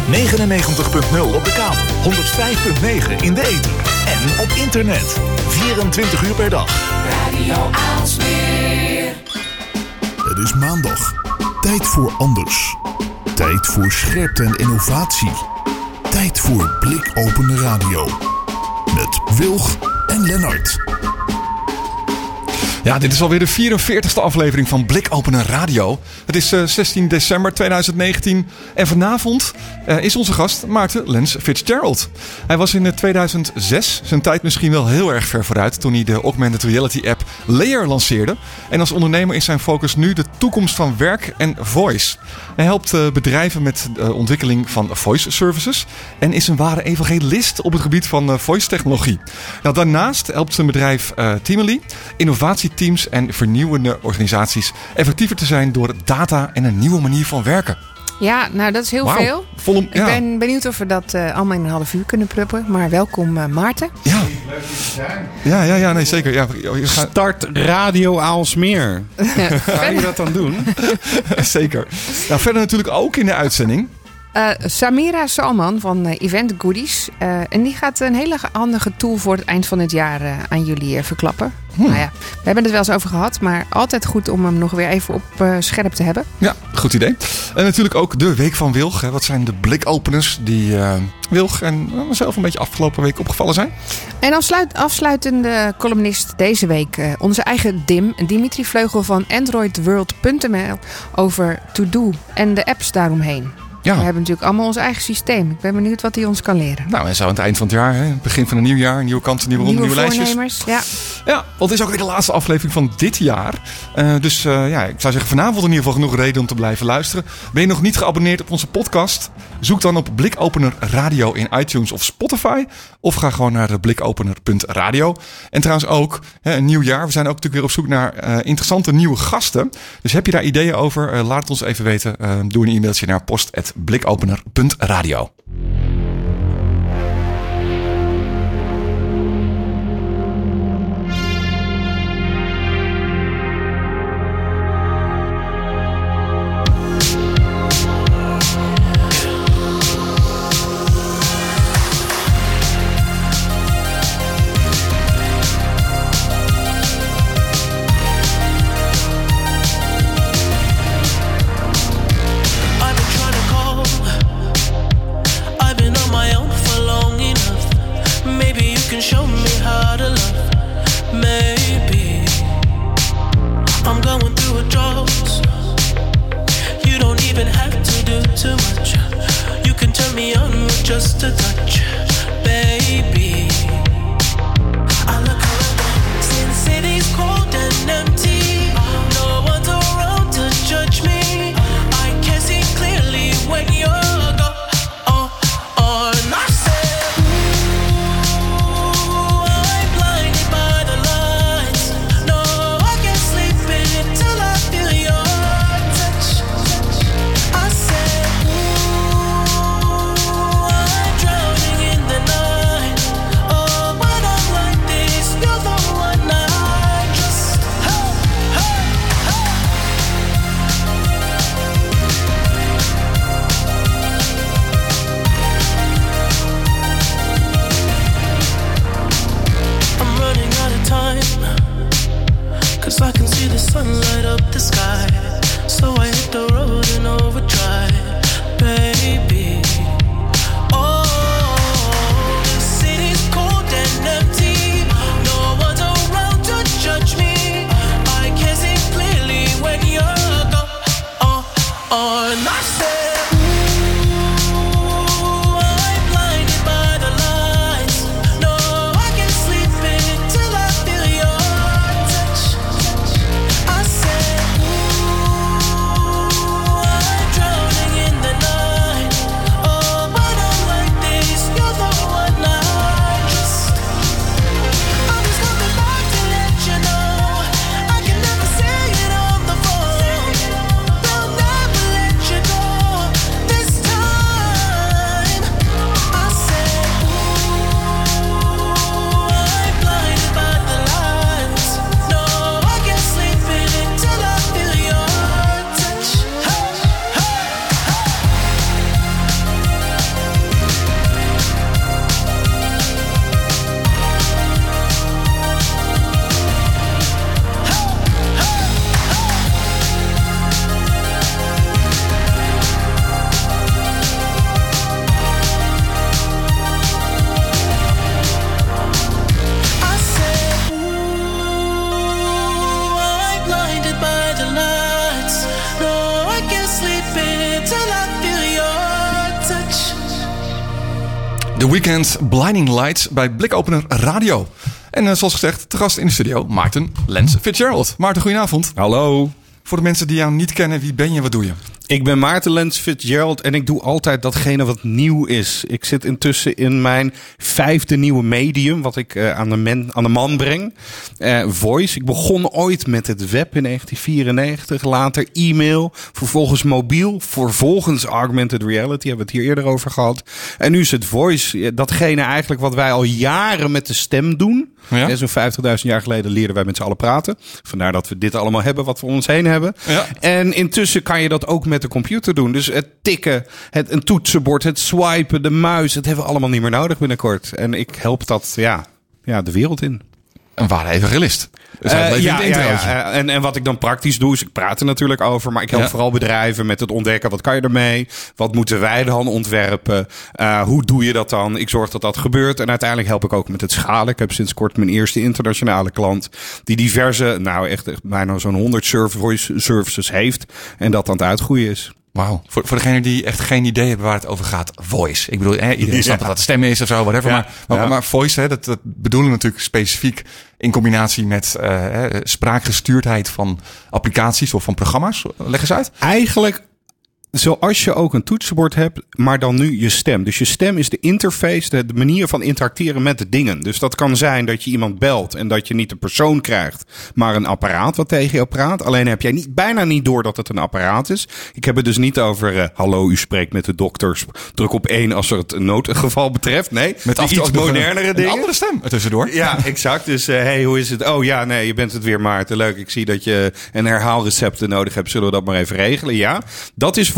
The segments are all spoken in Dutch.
99.0 op de kabel, 105.9 in de ether en op internet. 24 uur per dag. Radio Aalsmeer. Het is maandag. Tijd voor anders. Tijd voor scherpte en innovatie. Tijd voor Blikopende Radio. Met Wilg en Lennart. Ja, dit is alweer de 44e aflevering van Blikopende Radio. Het is 16 december 2019 en vanavond is onze gast Maarten Lens Fitzgerald. Hij was in 2006, zijn tijd misschien wel heel erg ver vooruit, toen hij de augmented reality app Layer lanceerde. En als ondernemer is zijn focus nu de toekomst van werk en voice. Hij helpt bedrijven met de ontwikkeling van voice services en is een ware evangelist op het gebied van voice technologie. Nou, daarnaast helpt zijn bedrijf Teamly innovatieteams en vernieuwende organisaties effectiever te zijn door data en een nieuwe manier van werken. Ja, nou dat is heel veel. Ik ben benieuwd of we dat allemaal in een half uur kunnen pruppen. Maar welkom Maarten. Ja. Leuk te zijn. Ja, nee, zeker. Ja, Start Radio Aalsmeer. Ga je dat dan doen? Zeker. Nou, verder natuurlijk ook in de uitzending Samira Salman van Event Goodies. En die gaat een hele handige tool voor het eind van het jaar aan jullie verklappen. Nou ja, we hebben het wel eens over gehad, maar altijd goed om hem nog weer even op scherp te hebben. Ja, goed idee. En natuurlijk ook de Week van Wilg. Hè. Wat zijn de blikopeners die Wilg en mezelf een beetje afgelopen week opgevallen zijn? En als afsluitende columnist deze week onze eigen Dimitri Vleugel van AndroidWorld.nl over To-Do en de apps daaromheen. Ja. We hebben natuurlijk allemaal ons eigen systeem. Ik ben benieuwd wat hij ons kan leren. Nou, en zo aan het eind van het jaar, hè, het begin van een nieuw jaar, nieuwe kansen, nieuwe ronde, nieuwe voornemers, lijstjes. Ja, want het is ook weer de laatste aflevering van dit jaar. Dus ik zou zeggen vanavond in ieder geval genoeg reden om te blijven luisteren. Ben je nog niet geabonneerd op onze podcast? Zoek dan op Blikopener Radio in iTunes of Spotify. Of ga gewoon naar blikopener.radio. En trouwens ook, een nieuw jaar. We zijn ook natuurlijk weer op zoek naar interessante nieuwe gasten. Dus heb je daar ideeën over? Laat het ons even weten. Doe een e-mailtje naar post@blikopener.radio. Drowning The Weeknd, Blinding Lights bij Blikopener Radio. En zoals gezegd, te gast in de studio Maarten Lens Fitzgerald. Maarten, goedenavond. Hallo. Voor de mensen die jou niet kennen, wie ben je, wat doe je? Ik ben Maarten Lens Fitzgerald en ik doe altijd datgene wat nieuw is. Ik zit intussen in mijn 5e nieuwe medium, wat ik aan de man breng. Voice. Ik begon ooit met het web in 1994, later e-mail, vervolgens mobiel, vervolgens augmented reality, hebben we het hier eerder over gehad. En nu is het voice, datgene eigenlijk wat wij al jaren met de stem doen. Ja? Zo'n 50.000 jaar geleden leerden wij met z'n allen praten. Vandaar dat we dit allemaal hebben wat we om ons heen hebben. Ja. En intussen kan je dat ook met de computer doen. Dus het tikken, een toetsenbord, het swipen, de muis. Dat hebben we allemaal niet meer nodig binnenkort. En ik help dat de wereld in. Een ware evangelist. Dus en wat ik dan praktisch doe, is ik praat er natuurlijk over. Maar ik help vooral bedrijven met het ontdekken. Wat kan je ermee? Wat moeten wij dan ontwerpen? Hoe doe je dat dan? Ik zorg dat dat gebeurt. En uiteindelijk help ik ook met het schalen. Ik heb sinds kort mijn eerste internationale klant. Die diverse, echt bijna zo'n 100 services heeft. En dat aan het uitgroeien is. Wauw. Voor degenen die echt geen idee hebben waar het over gaat. Voice. Ik bedoel, iedereen snapt dat het stem is of zo, whatever. Ja. Maar voice, dat bedoelen we natuurlijk specifiek in combinatie met spraakgestuurdheid van applicaties of van programma's. Leg eens uit. Eigenlijk zoals je ook een toetsenbord hebt, maar dan nu je stem. Dus je stem is de interface, de manier van interacteren met de dingen. Dus dat kan zijn dat je iemand belt en dat je niet een persoon krijgt, maar een apparaat wat tegen je praat. Alleen heb jij bijna niet door dat het een apparaat is. Ik heb het dus niet over, hallo, u spreekt met de dokter. Druk op 1 als er het noodgeval betreft. Nee, met iets modernere dingen. Een andere stem tussendoor. Ja, exact. Dus hey, hoe is het? Oh ja, nee, je bent het weer, Maarten. Leuk, ik zie dat je een herhaalrecept nodig hebt. Zullen we dat maar even regelen? Ja, dat is voice.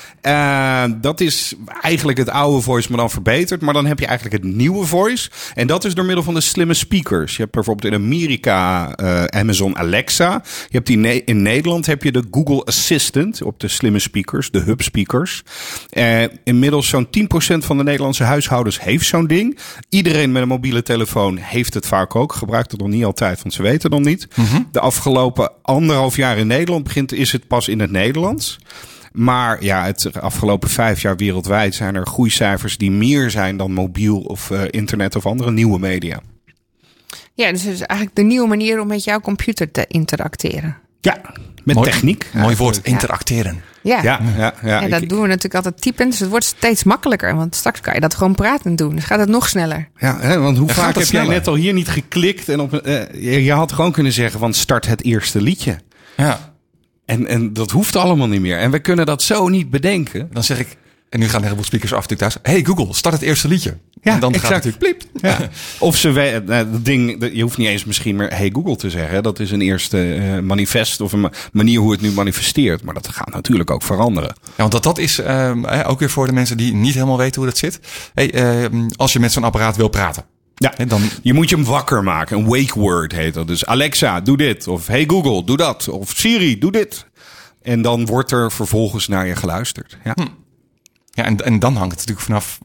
Dat is eigenlijk het oude voice, maar dan verbeterd. Maar dan heb je eigenlijk het nieuwe voice. En dat is door middel van de slimme speakers. Je hebt bijvoorbeeld in Amerika Amazon Alexa. Je hebt in Nederland heb je de Google Assistant op de slimme speakers, de hub speakers. Inmiddels zo'n 10% van de Nederlandse huishoudens heeft zo'n ding. Iedereen met een mobiele telefoon heeft het vaak ook. Gebruikt het nog niet altijd, want ze weten het nog niet. Mm-hmm. De afgelopen 1,5 jaar in Nederland is het pas in het Nederlands. Maar het afgelopen 5 jaar wereldwijd zijn er groeicijfers die meer zijn dan mobiel of internet of andere nieuwe media. Ja, dus het is eigenlijk de nieuwe manier om met jouw computer te interacteren. Ja, met techniek. Mooi woord, interacteren. Ja. En dat doen we natuurlijk altijd typend. Dus het wordt steeds makkelijker. Want straks kan je dat gewoon pratend doen. Dus gaat het nog sneller. Ja, want hoe vaak heb jij net al hier niet geklikt? En je had gewoon kunnen zeggen van start het eerste liedje. Ja. En dat hoeft allemaal niet meer. En we kunnen dat zo niet bedenken. Dan zeg ik, en nu gaan een heleboel speakers af natuurlijk thuis. Hey Google, start het eerste liedje. Ja, en dan exact. gaat het natuurlijk pliep. Ja. Of je hoeft niet eens misschien meer Hey Google te zeggen. Dat is een eerste manifest of een manier hoe het nu manifesteert. Maar dat gaat natuurlijk ook veranderen. Ja, want dat is ook weer voor de mensen die niet helemaal weten hoe dat zit. Als je met zo'n apparaat wil praten. Ja, je moet je hem wakker maken. Een wake word heet dat. Dus Alexa, doe dit. Of Hey Google, doe dat. Of Siri, doe dit. En dan wordt er vervolgens naar je geluisterd. Ja, ja en dan hangt het natuurlijk vanaf.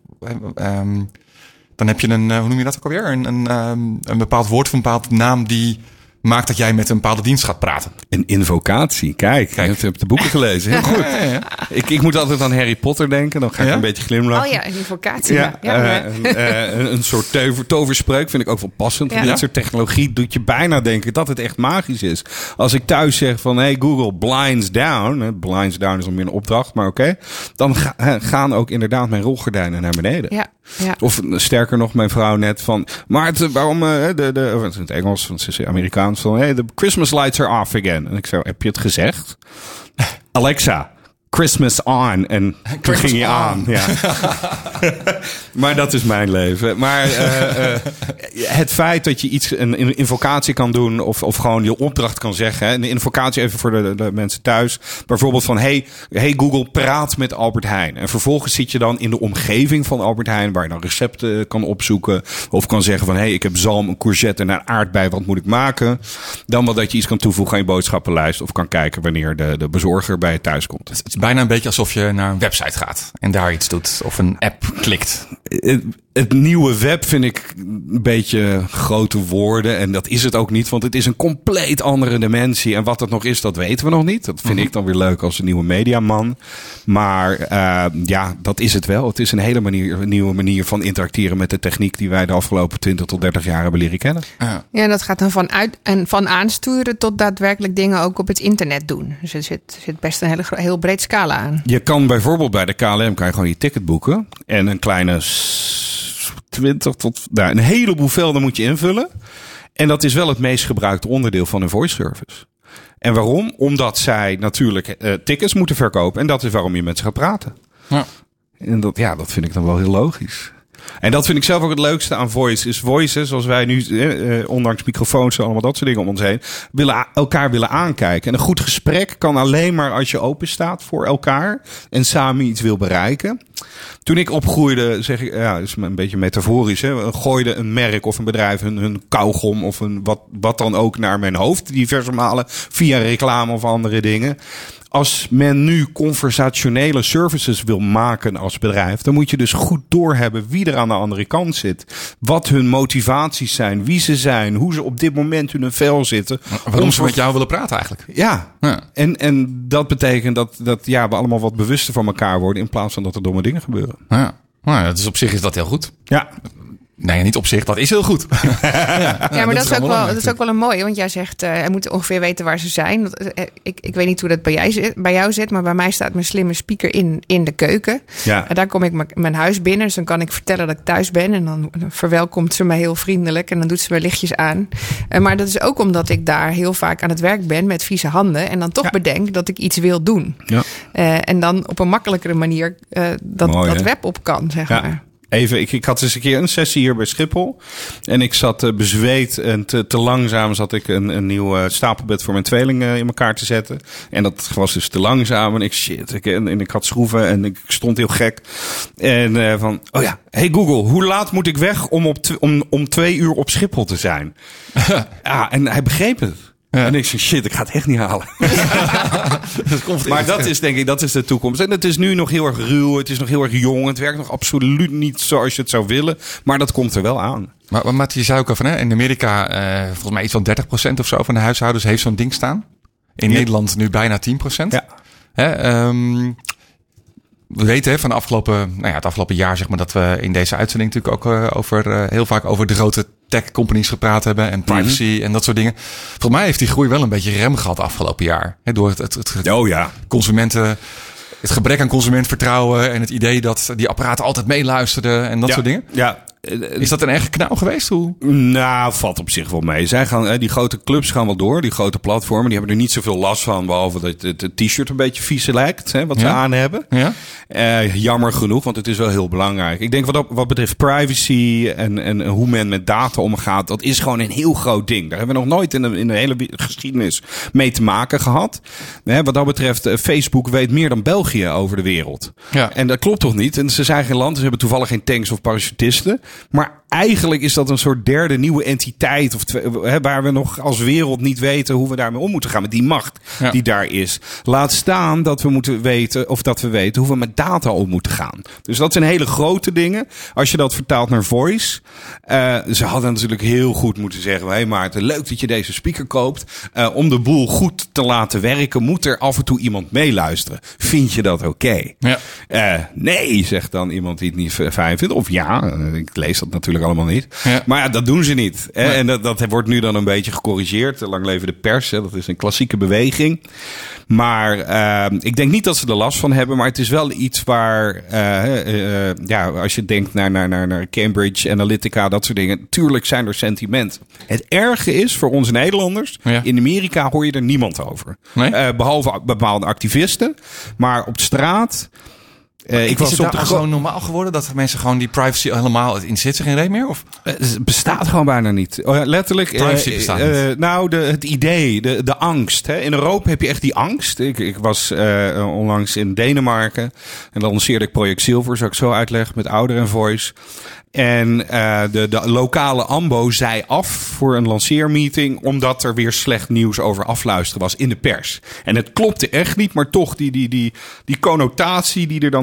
Dan heb je een, hoe noem je dat ook alweer? Een bepaald woord of een bepaald naam die maakt dat jij met een bepaalde dienst gaat praten. Een invocatie. Kijk. Ik heb de boeken gelezen. Heel goed. Ja. Ik moet altijd aan Harry Potter denken. Dan ga ik een beetje glimlachen. Oh ja, een invocatie. Een soort toverspreuk vind ik ook wel passend. Ja. Dit soort technologie doet je bijna denken dat het echt magisch is. Als ik thuis zeg van hey Google, blinds down. Blinds down is al meer een opdracht, maar oké. Dan gaan ook inderdaad mijn rolgordijnen naar beneden. Ja. Ja. Of sterker nog, mijn vrouw net van maar waarom in het Engels, want ze is Amerikaans, van hey, the Christmas lights are off again. En ik zei, heb je het gezegd? Alexa, Christmas on. En toen ging je aan. Ja. Maar dat is mijn leven. Maar het feit dat je een invocatie kan doen of gewoon je opdracht kan zeggen. Hè? Een invocatie even voor de mensen thuis. Bijvoorbeeld van hey Google, praat met Albert Heijn. En vervolgens zit je dan in de omgeving van Albert Heijn, waar je dan recepten kan opzoeken. Of kan zeggen van hey, ik heb zalm, een courgette en een aardbei. Wat moet ik maken? Dan wel dat je iets kan toevoegen aan je boodschappenlijst. Of kan kijken wanneer de bezorger bij je thuis komt. Het is bijna een beetje alsof je naar een website gaat en daar iets doet of een app klikt. Het nieuwe web vind ik een beetje grote woorden. En dat is het ook niet, want het is een compleet andere dimensie. En wat het nog is, dat weten we nog niet. Dat vind ik dan weer leuk als een nieuwe mediaman. Maar dat is het wel. Het is een nieuwe manier van interacteren met de techniek die wij de afgelopen 20 tot 30 jaar hebben leren kennen. Ja, en dat gaat dan van aansturen tot daadwerkelijk dingen ook op het internet doen. Dus er zit best een heel breed scala aan. Je kan bijvoorbeeld bij de KLM gewoon je ticket boeken. En een kleine 20 tot een heleboel velden moet je invullen. En dat is wel het meest gebruikte onderdeel van een voice service. En waarom? Omdat zij natuurlijk tickets moeten verkopen. En dat is waarom je met ze gaat praten. Ja. En dat vind ik dan wel heel logisch. En dat vind ik zelf ook het leukste aan voice. Is voice, zoals wij nu, ondanks microfoons en allemaal dat soort dingen om ons heen, elkaar willen aankijken. En een goed gesprek kan alleen maar als je open staat voor elkaar en samen iets wil bereiken. Toen ik opgroeide, zeg ik, ja, is een beetje metaforisch, gooide een merk of een bedrijf hun kauwgom of wat dan ook naar mijn hoofd, diverse malen, via reclame of andere dingen. Als men nu conversationele services wil maken als bedrijf, dan moet je dus goed doorhebben wie er aan de andere kant zit. Wat hun motivaties zijn, wie ze zijn, hoe ze op dit moment in hun vel zitten. Waarom ze met jou willen praten eigenlijk. Ja. En dat betekent dat we allemaal wat bewuster van elkaar worden in plaats van dat er domme dingen gebeuren. Ja. Nou, dus op zich is dat heel goed. Ja. Nee, niet op zich. Dat is heel goed. Maar dat is ook wel een mooie. Want jij zegt, hij moet ongeveer weten waar ze zijn. Ik weet niet hoe dat bij jou zit. Maar bij mij staat mijn slimme speaker in de keuken. Ja. En daar kom ik mijn huis binnen. Dus dan kan ik vertellen dat ik thuis ben. En dan verwelkomt ze me heel vriendelijk. En dan doet ze me lichtjes aan. Maar dat is ook omdat ik daar heel vaak aan het werk ben met vieze handen. En dan toch bedenk dat ik iets wil doen. Ja. En dan op een makkelijkere manier dat web op kan, zeg maar. Ik had eens een keer een sessie hier bij Schiphol. En ik zat bezweet en te langzaam zat ik een nieuw stapelbed voor mijn tweeling in elkaar te zetten. En dat was dus te langzaam. En ik had schroeven en ik stond heel gek. En hey Google, hoe laat moet ik weg om 2 uur op Schiphol te zijn? En hij begreep het. Ja. En ik zei, shit, ik ga het echt niet halen. Maar dat is denk ik, dat is de toekomst. En het is nu nog heel erg ruw, het is nog heel erg jong. Het werkt nog absoluut niet zoals je het zou willen. Maar dat komt er wel aan. Maar je zei ook al van, in Amerika, volgens mij iets van 30% of zo van de huishoudens heeft zo'n ding staan. In Nederland nu bijna 10%. Ja. We weten van het afgelopen jaar, zeg maar, dat we in deze uitzending natuurlijk ook heel vaak over de grote tech-companies gepraat hebben en privacy en dat soort dingen. Volgens mij heeft die groei wel een beetje rem gehad afgelopen jaar. Door het gebrek aan consumentvertrouwen en het idee dat die apparaten altijd meeluisterden en dat soort dingen. Ja. Is dat een erg knauw geweest? Nou, valt op zich wel mee. Die grote clubs gaan wel door. Die grote platformen, die hebben er niet zoveel last van. Behalve dat het t-shirt een beetje vies lijkt. Wat ze aan hebben. Ja? Jammer genoeg, want het is wel heel belangrijk. Ik denk wat betreft privacy en hoe men met data omgaat. Dat is gewoon een heel groot ding. Daar hebben we nog nooit in de hele geschiedenis mee te maken gehad. Wat dat betreft, Facebook weet meer dan België over de wereld. Ja. En dat klopt toch niet? En ze zijn geen land. Ze hebben toevallig geen tanks of parachutisten. Maar eigenlijk is dat een soort derde nieuwe entiteit. Waar we nog als wereld niet weten hoe we daarmee om moeten gaan. Met die macht die daar is. Laat staan dat we moeten weten, of dat we weten hoe we met data om moeten gaan. Dus dat zijn hele grote dingen. Als je dat vertaalt naar voice. Ze hadden natuurlijk heel goed moeten zeggen. Hey Maarten, leuk dat je deze speaker koopt. Om de boel goed te laten werken, moet er af en toe iemand meeluisteren. Vind je dat oké? Ja. Nee, zegt dan iemand die het niet fijn vindt. Of ja, ik lees dat natuurlijk allemaal niet. Ja. Maar dat doen ze niet. Nee. En dat wordt nu dan een beetje gecorrigeerd. Lang leven de pers. Dat is een klassieke beweging. Maar ik denk niet dat ze er last van hebben. Maar het is wel iets waar, als je denkt naar Cambridge Analytica, dat soort dingen. Tuurlijk zijn er sentimenten. Het erge is voor ons Nederlanders. Ja. In Amerika hoor je er niemand over. Nee? Behalve bepaalde activisten. Maar op straat. Is het daar gewoon normaal geworden dat mensen gewoon die privacy helemaal in zit zich geen reet meer? Of? Het bestaat gewoon bijna niet. Letterlijk. Privacy bestaat niet. Het idee, de angst. In Europa heb je echt die angst. Ik was onlangs in Denemarken en dan lanceerde ik Project Silver, zou ik zo uitleggen, met Ouder en Voice. En de lokale AMBO zei af voor een lanceermeeting, omdat er weer slecht nieuws over afluisteren was in de pers. En het klopte echt niet, maar toch die connotatie die er dan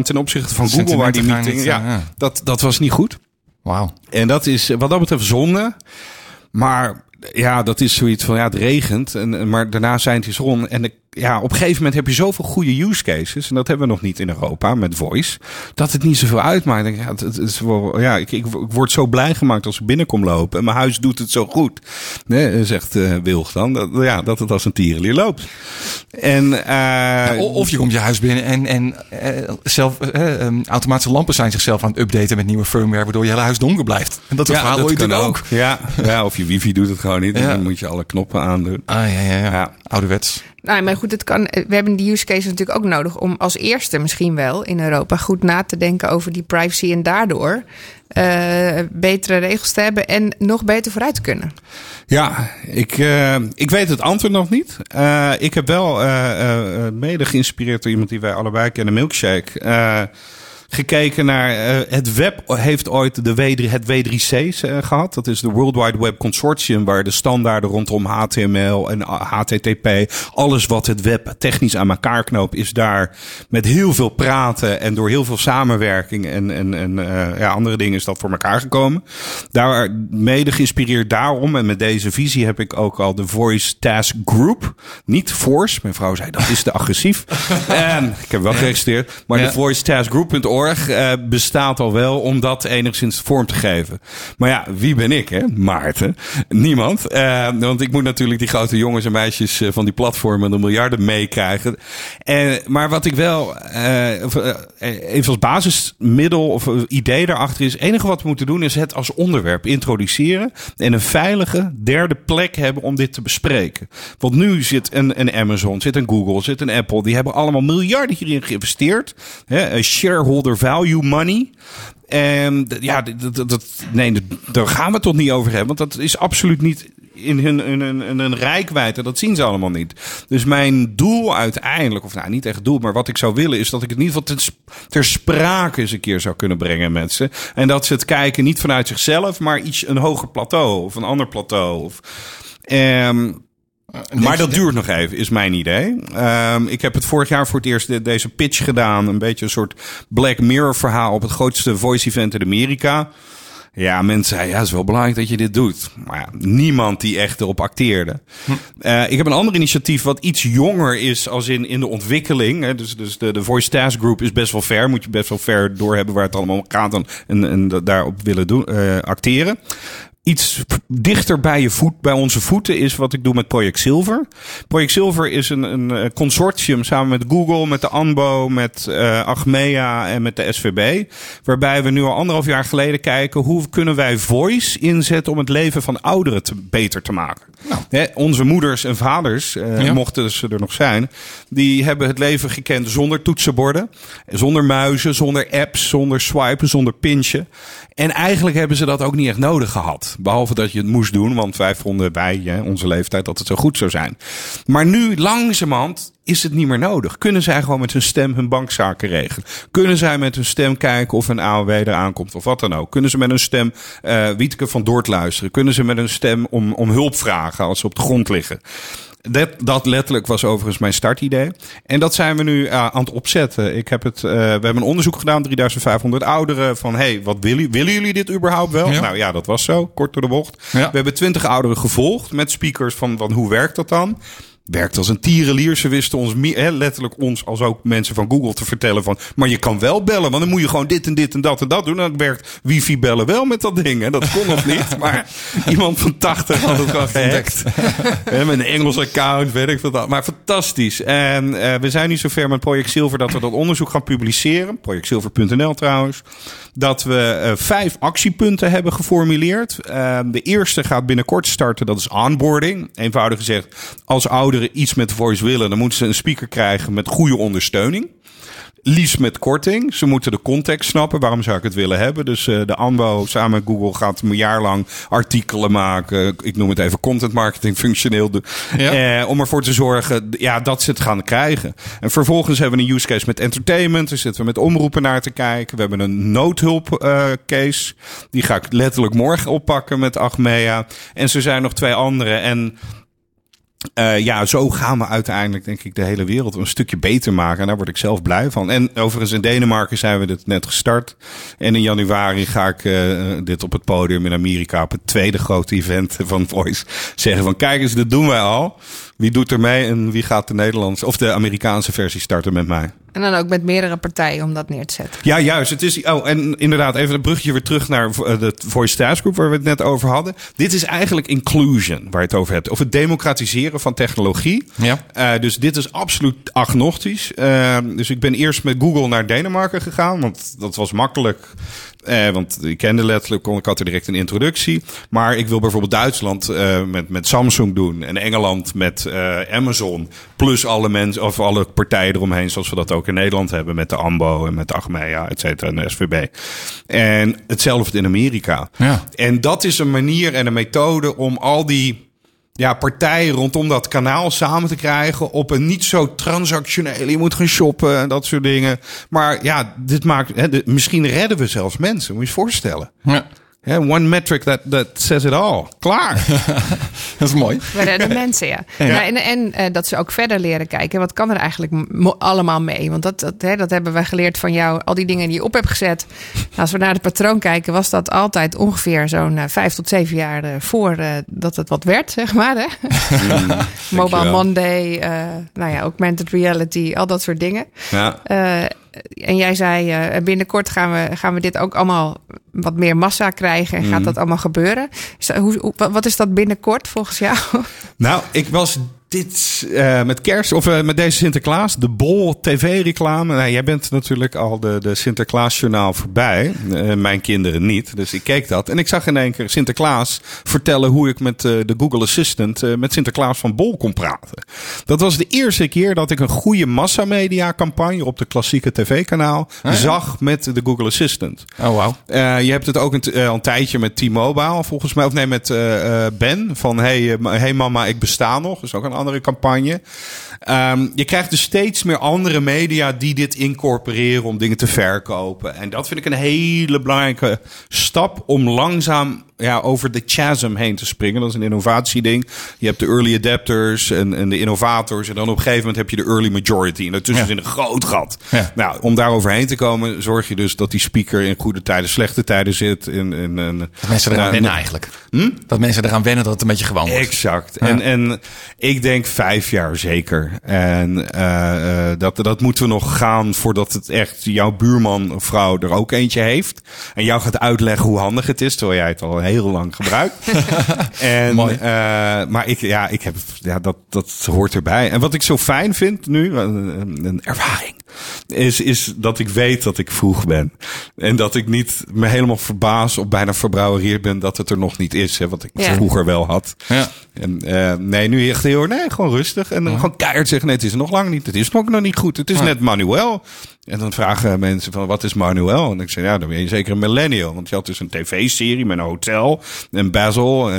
ten opzichte van Google, waar die meeting... Dat was niet goed. Wauw. En dat is wat dat betreft zonde. Maar ja, dat is zoiets van, het regent. Maar daarna zijn het zon. En op een gegeven moment heb je zoveel goede use cases. En dat hebben we nog niet in Europa met voice. Dat het niet zoveel uitmaakt. Ik word zo blij gemaakt als ik binnenkom lopen. En mijn huis doet het zo goed. Nee, zegt Wilg dan. Dat het als een tierenlier loopt. En, of je komt je huis binnen en zelf automatische lampen zijn zichzelf aan het updaten met nieuwe firmware. Waardoor je hele huis donker blijft. En dat verhaal hoor je dan ook. Ja, of je wifi doet het gewoon niet. En dan moet je alle knoppen aandoen. Ja. Ouderwets. Nou, maar goed, we hebben die use cases natuurlijk ook nodig om als eerste misschien wel in Europa goed na te denken over die privacy en daardoor betere regels te hebben en nog beter vooruit te kunnen. Ja, ik weet het antwoord nog niet. Ik heb wel mede geïnspireerd door iemand die wij allebei kennen, Milkshake. Gekeken naar het web heeft ooit het W3C's gehad. Dat is de World Wide Web Consortium, waar de standaarden rondom HTML en HTTP, alles wat het web technisch aan elkaar knoopt, is daar met heel veel praten en door heel veel samenwerking en andere dingen is dat voor elkaar gekomen. Daar mede geïnspireerd daarom en met deze visie heb ik ook al de Voice Task Group. Niet Force. Mijn vrouw zei dat is te agressief. En ik heb wel geregistreerd. Maar de Voice Task Group.org bestaat al wel om dat enigszins vorm te geven. Maar ja, wie ben ik, hè? Maarten. Niemand. Want ik moet natuurlijk die grote jongens en meisjes van die platformen de miljarden meekrijgen. Maar wat ik wel even als basismiddel of idee daarachter is, het enige wat we moeten doen is het als onderwerp introduceren en een veilige derde plek hebben om dit te bespreken. Want nu zit een Amazon, zit een Google, zit een Apple, die hebben allemaal miljarden hierin geïnvesteerd. Shareholder value money. Daar gaan we het toch niet over hebben. Want dat is absoluut niet in hun rijkwijde. Dat zien ze allemaal niet. Dus mijn doel uiteindelijk, of niet echt doel, maar wat ik zou willen is dat ik het in ieder geval ter sprake eens een keer zou kunnen brengen met ze. En dat ze het kijken niet vanuit zichzelf, maar een hoger plateau of een ander plateau. Maar dat duurt nog even, is mijn idee. Ik heb het vorig jaar voor het eerst deze pitch gedaan. Een beetje een soort Black Mirror verhaal op het grootste voice event in Amerika. Ja, mensen zeiden, het is wel belangrijk dat je dit doet. Maar niemand die echt erop acteerde. Ik heb een ander initiatief wat iets jonger is als in de ontwikkeling. Hè. Dus de Voice Task Group is best wel ver. Moet je best wel ver doorhebben waar het allemaal om gaat en daarop willen acteren. Iets dichter bij onze voeten is wat ik doe met Project Silver. Project Silver is een consortium samen met Google, met de ANBO, met Achmea en met de SVB. Waarbij we nu al 1,5 jaar geleden kijken hoe kunnen wij voice inzetten om het leven van ouderen beter te maken. Nou. Onze moeders en vaders, mochten ze er nog zijn, die hebben het leven gekend zonder toetsenborden, zonder muizen, zonder apps, zonder swipen, zonder pinchen. En eigenlijk hebben ze dat ook niet echt nodig gehad. Behalve dat je het moest doen, want wij vonden bij onze leeftijd dat het zo goed zou zijn. Maar nu langzamerhand is het niet meer nodig. Kunnen zij gewoon met hun stem hun bankzaken regelen? Kunnen zij met hun stem kijken of een AOW eraan komt of wat dan ook? Kunnen ze met hun stem Wieteke van Dort luisteren? Kunnen ze met hun stem om hulp vragen als ze op de grond liggen? Dat letterlijk was overigens mijn startidee. En dat zijn we nu aan het opzetten. We hebben een onderzoek gedaan, 3500 ouderen. Van, wat willen jullie dit überhaupt wel? Ja. Nou ja, dat was zo, kort door de bocht. Ja. We hebben 20 ouderen gevolgd met speakers van hoe werkt dat dan? Werkt als een tierenlier. Ze wisten ons, letterlijk ons als ook mensen van Google te vertellen van, maar je kan wel bellen, want dan moet je gewoon dit en dit en dat en dat doen. Dan werkt wifi bellen wel met dat ding. Hè. Dat kon nog niet, maar iemand van 80 had het gewoon gehackt. Met een Engels account, weet ik wat. Maar fantastisch. En we zijn nu zover met Project Silver dat we dat onderzoek gaan publiceren. Projectsilver.nl trouwens. Dat we 5 actiepunten hebben geformuleerd. De eerste gaat binnenkort starten, dat is onboarding. Eenvoudig gezegd, als ouderen iets met voice willen, dan moeten ze een speaker krijgen met goede ondersteuning. Liefst met korting. Ze moeten de context snappen. Waarom zou ik het willen hebben? Dus de ANBO samen met Google gaat een jaar lang artikelen maken. Ik noem het even content marketing functioneel. Om ervoor te zorgen dat ze het gaan krijgen. En vervolgens hebben we een use case met entertainment. Daar zitten we met omroepen naar te kijken. We hebben een noodhulp case. Die ga ik letterlijk morgen oppakken met Achmea. En zo zijn nog 2 andere. En Zo gaan we uiteindelijk, denk ik, de hele wereld een stukje beter maken. En daar word ik zelf blij van. En overigens in Denemarken zijn we dit net gestart. En in januari ga ik dit op het podium in Amerika, op het tweede grote event van Voice, zeggen van kijk eens, dat doen wij al. Wie doet er mee en wie gaat de Nederlandse of de Amerikaanse versie starten met mij? En dan ook met meerdere partijen om dat neer te zetten. Ja, juist. Het is, en inderdaad, even een brugje weer terug naar de Voice Task Group waar we het net over hadden. Dit is eigenlijk inclusion waar je het over hebt. Of het democratiseren van technologie. Ja. Dus dit is absoluut agnostisch. Dus ik ben eerst met Google naar Denemarken gegaan, want dat was makkelijk. Want ik kende letterlijk, ik had er direct een introductie. Maar ik wil bijvoorbeeld Duitsland met Samsung doen. En Engeland met Amazon. Plus alle mensen of alle partijen eromheen, zoals we dat ook in Nederland hebben. Met de AMBO en met de Achmea, et cetera, en de SVB. En hetzelfde in Amerika. Ja. En dat is een manier en een methode om al die partijen rondom dat kanaal samen te krijgen op een niet zo transactionele, je moet gaan shoppen en dat soort dingen. Maar ja, dit maakt, misschien redden we zelfs mensen, moet je je voorstellen. Ja. One metric that says it all. Klaar. Dat is mooi. We redden mensen, ja. En dat ze ook verder leren kijken. Wat kan er eigenlijk allemaal mee? Want dat hebben we geleerd van jou. Al die dingen die je op hebt gezet. Als we naar het patroon kijken, was dat altijd ongeveer zo'n 5 tot 7 jaar voor dat het wat werd, zeg maar. Hè? Mobile Monday, augmented reality, al dat soort dingen. Ja. En jij zei, binnenkort gaan we dit ook allemaal wat meer massa krijgen. En gaat dat allemaal gebeuren? Wat is dat binnenkort volgens jou? Nou, ik was dit met kerst of met deze Sinterklaas, de Bol TV-reclame. Nou, jij bent natuurlijk al de Sinterklaasjournaal voorbij. Mijn kinderen niet. Dus ik keek dat. En ik zag in één keer Sinterklaas vertellen hoe ik met de Google Assistant met Sinterklaas van Bol kon praten. Dat was de eerste keer dat ik een goede massamedia-campagne op de klassieke tv-kanaal zag met de Google Assistant. Oh, wow. Je hebt het ook een tijdje met T-Mobile, volgens mij. Of nee, met Ben. Van hey mama, ik besta nog. Dat is ook een andere campagne. Je krijgt dus steeds meer andere media die dit incorporeren om dingen te verkopen. En dat vind ik een hele belangrijke stap om langzaam over de chasm heen te springen. Dat is een innovatieding. Je hebt de early adapters en de innovators. En dan op een gegeven moment heb je de early majority. En daartussen is een groot gat. Ja. Nou, om daar overheen te komen, zorg je dus dat die speaker in goede tijden, slechte tijden zit. Dat mensen eraan wennen eigenlijk. Dat mensen eraan wennen dat het een beetje gewoon wordt. Exact. Ja. En ik denk 5 jaar zeker. En dat moeten we nog gaan voordat het echt jouw buurman of vrouw er ook eentje heeft. En jou gaat uitleggen hoe handig het is, terwijl jij het al heel lang gebruikt. En, maar ik heb dat hoort erbij. En wat ik zo fijn vind nu, een ervaring, is dat ik weet dat ik vroeg ben. En dat ik niet me helemaal verbaas of bijna verbrouwereerd ben dat het er nog niet is. Hè, wat ik vroeger wel had. Ja. En, nu echt gewoon rustig. En gewoon keihard zeggen, nee, het is nog lang niet. Het is nog niet goed. Het is net manuel. En dan vragen mensen van, wat is manuel? En ik zeg, dan ben je zeker een millennial. Want je had dus een tv-serie met een hotel en Basil.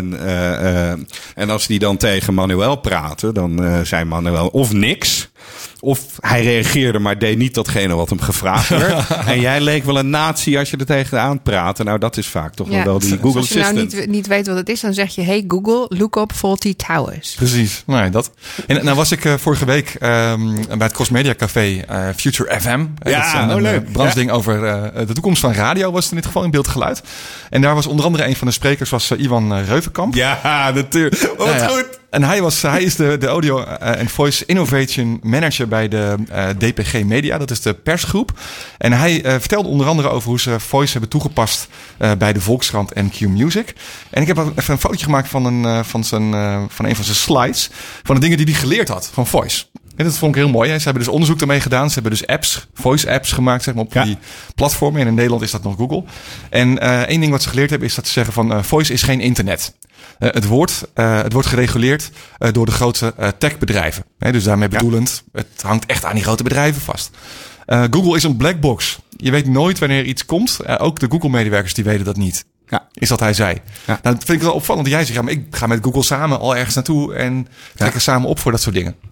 En als die dan tegen Manuel praten, dan zei Manuel of niks. Of hij reageerde, maar deed niet datgene wat hem gevraagd werd. En jij leek wel een nazi als je er tegenaan praatte. Nou, dat is vaak toch wel die Google Assistant. Als je nou niet weet wat het is, dan zeg je, hey Google, look up Fawlty Towers. Precies, dat. En nou was ik vorige week bij het Crossmedia Café Future FM. Ja, dat is een brancheding over de toekomst van radio, was het in dit geval in beeld geluid. En daar was onder andere een van de sprekers, was Iwan Reuvenkamp. Ja, natuurlijk. Wat goed. En hij is de audio en voice innovation manager bij de DPG Media. Dat is de persgroep. En hij vertelde onder andere over hoe ze voice hebben toegepast bij de Volkskrant en Q-Music. En ik heb even een fotootje gemaakt van een van zijn slides. Van de dingen die hij geleerd had van voice. En dat vond ik heel mooi. Ze hebben dus onderzoek daarmee gedaan. Ze hebben dus voice apps gemaakt, zeg maar, op die platformen. En in Nederland is dat nog Google. En één ding wat ze geleerd hebben is dat ze zeggen van voice is geen internet. Het wordt gereguleerd door de grote techbedrijven. Dus daarmee bedoelend, het hangt echt aan die grote bedrijven vast. Google is een black box. Je weet nooit wanneer iets komt. Ook de Google-medewerkers die weten dat niet. Ja. Is dat hij zei. Ja. Nou, dat vind ik wel opvallend. Dat jij zegt, maar ik ga met Google samen al ergens naartoe en trekken samen op voor dat soort dingen.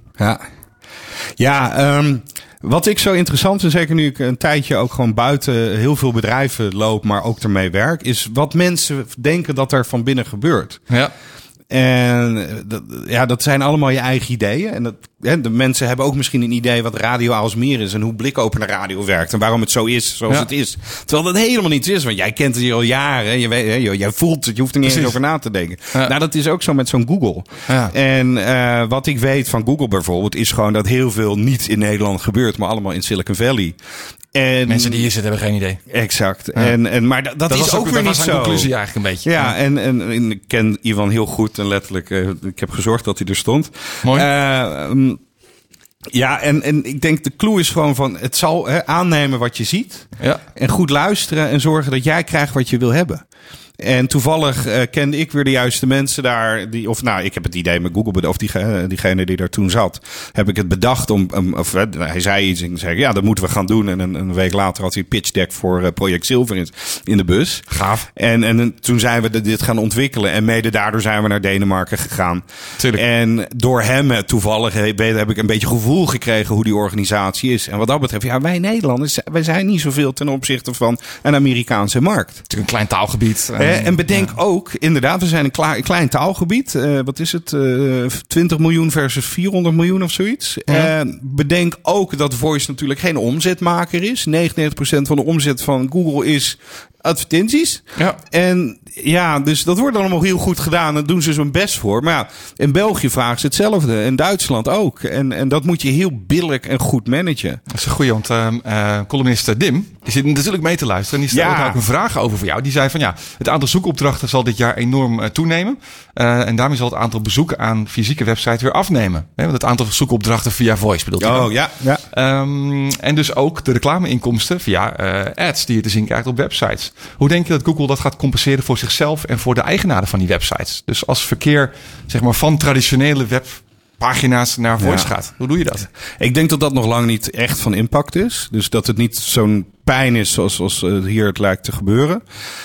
Wat ik zo interessant vind, zeker nu ik een tijdje ook gewoon buiten heel veel bedrijven loop, maar ook ermee werk, is wat mensen denken dat er van binnen gebeurt. Ja. En dat zijn allemaal je eigen ideeën. En de mensen hebben ook misschien een idee wat Radio Aalsmeer is en hoe blikopener radio werkt en waarom het zo is zoals het is. Terwijl dat helemaal niet is, want jij kent het hier al jaren. Jij voelt het, je hoeft er niet eens over na te denken. Ja. Nou, dat is ook zo met zo'n Google. Ja. En wat ik weet van Google bijvoorbeeld is gewoon dat heel veel niet in Nederland gebeurt, maar allemaal in Silicon Valley. En mensen die hier zitten hebben geen idee. Exact. Ja. Maar dat is ook weer niet zo. Dat was een conclusie eigenlijk een beetje. Ja, en ik ken Ivan heel goed en letterlijk, ik heb gezorgd dat hij er stond. Mooi. En ik denk de clue is gewoon van het zal aannemen wat je ziet. Ja. En goed luisteren en zorgen dat jij krijgt wat je wil hebben. En toevallig kende ik weer de juiste mensen daar. Ik heb het idee met Google, of diegene die daar toen zat, heb ik het bedacht hij zei iets en ik zei, dat moeten we gaan doen. En een week later had hij een pitch deck voor Project Zilver in de bus. Gaaf. En toen zijn we dit gaan ontwikkelen. En mede daardoor zijn we naar Denemarken gegaan. Tuurlijk. En door hem toevallig heb ik een beetje gevoel gekregen hoe die organisatie is. En wat dat betreft, wij Nederlanders, wij zijn niet zoveel ten opzichte van een Amerikaanse markt. Het is een klein taalgebied. En bedenk ook, inderdaad, we zijn een klein taalgebied. Wat is het? 20 miljoen versus 400 miljoen of zoiets. Ja. Bedenk ook dat Voice natuurlijk geen omzetmaker is. 99% van de omzet van Google is advertenties. Ja. En dus dat wordt allemaal heel goed gedaan. Daar doen ze zo'n best voor. Maar in België vragen ze hetzelfde. In Duitsland ook. En dat moet je heel billig en goed managen. Dat is een goeie, want columnist Dim, die zit natuurlijk mee te luisteren. En die stelde ook een vraag over voor jou. Die zei van het aantal zoekopdrachten zal dit jaar enorm toenemen. En daarmee zal het aantal bezoeken aan fysieke websites weer afnemen. Want het aantal zoekopdrachten via Voice bedoelt hij. Oh, ja. En dus ook de reclameinkomsten via ads die je te zien krijgt op websites. Hoe denk je dat Google dat gaat compenseren voor zichzelf en voor de eigenaren van die websites? Dus als verkeer van traditionele webpagina's naar Voice gaat. Hoe doe je dat? Ik denk dat dat nog lang niet echt van impact is. Dus dat het niet zo'n pijn is zoals hier het lijkt te gebeuren.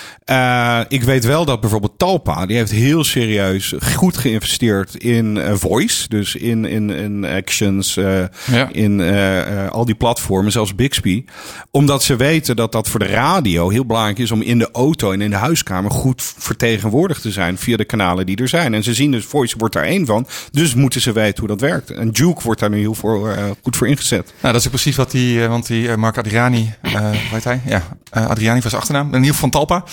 Ik weet wel dat bijvoorbeeld Talpa, die heeft heel serieus goed geïnvesteerd in Voice. Dus in Actions, in al die platformen, zelfs Bixby. Omdat ze weten dat dat voor de radio heel belangrijk is om in de auto en in de huiskamer goed vertegenwoordigd te zijn via de kanalen die er zijn. En ze zien dus, Voice wordt daar één van. Dus moeten ze weten hoe dat werkt. En Juke wordt daar nu heel goed voor ingezet. Nou, dat is ook precies wat want die Mark Adriani, weet hij? Ja, Adriani was achternaam. In ieder geval van Talpa.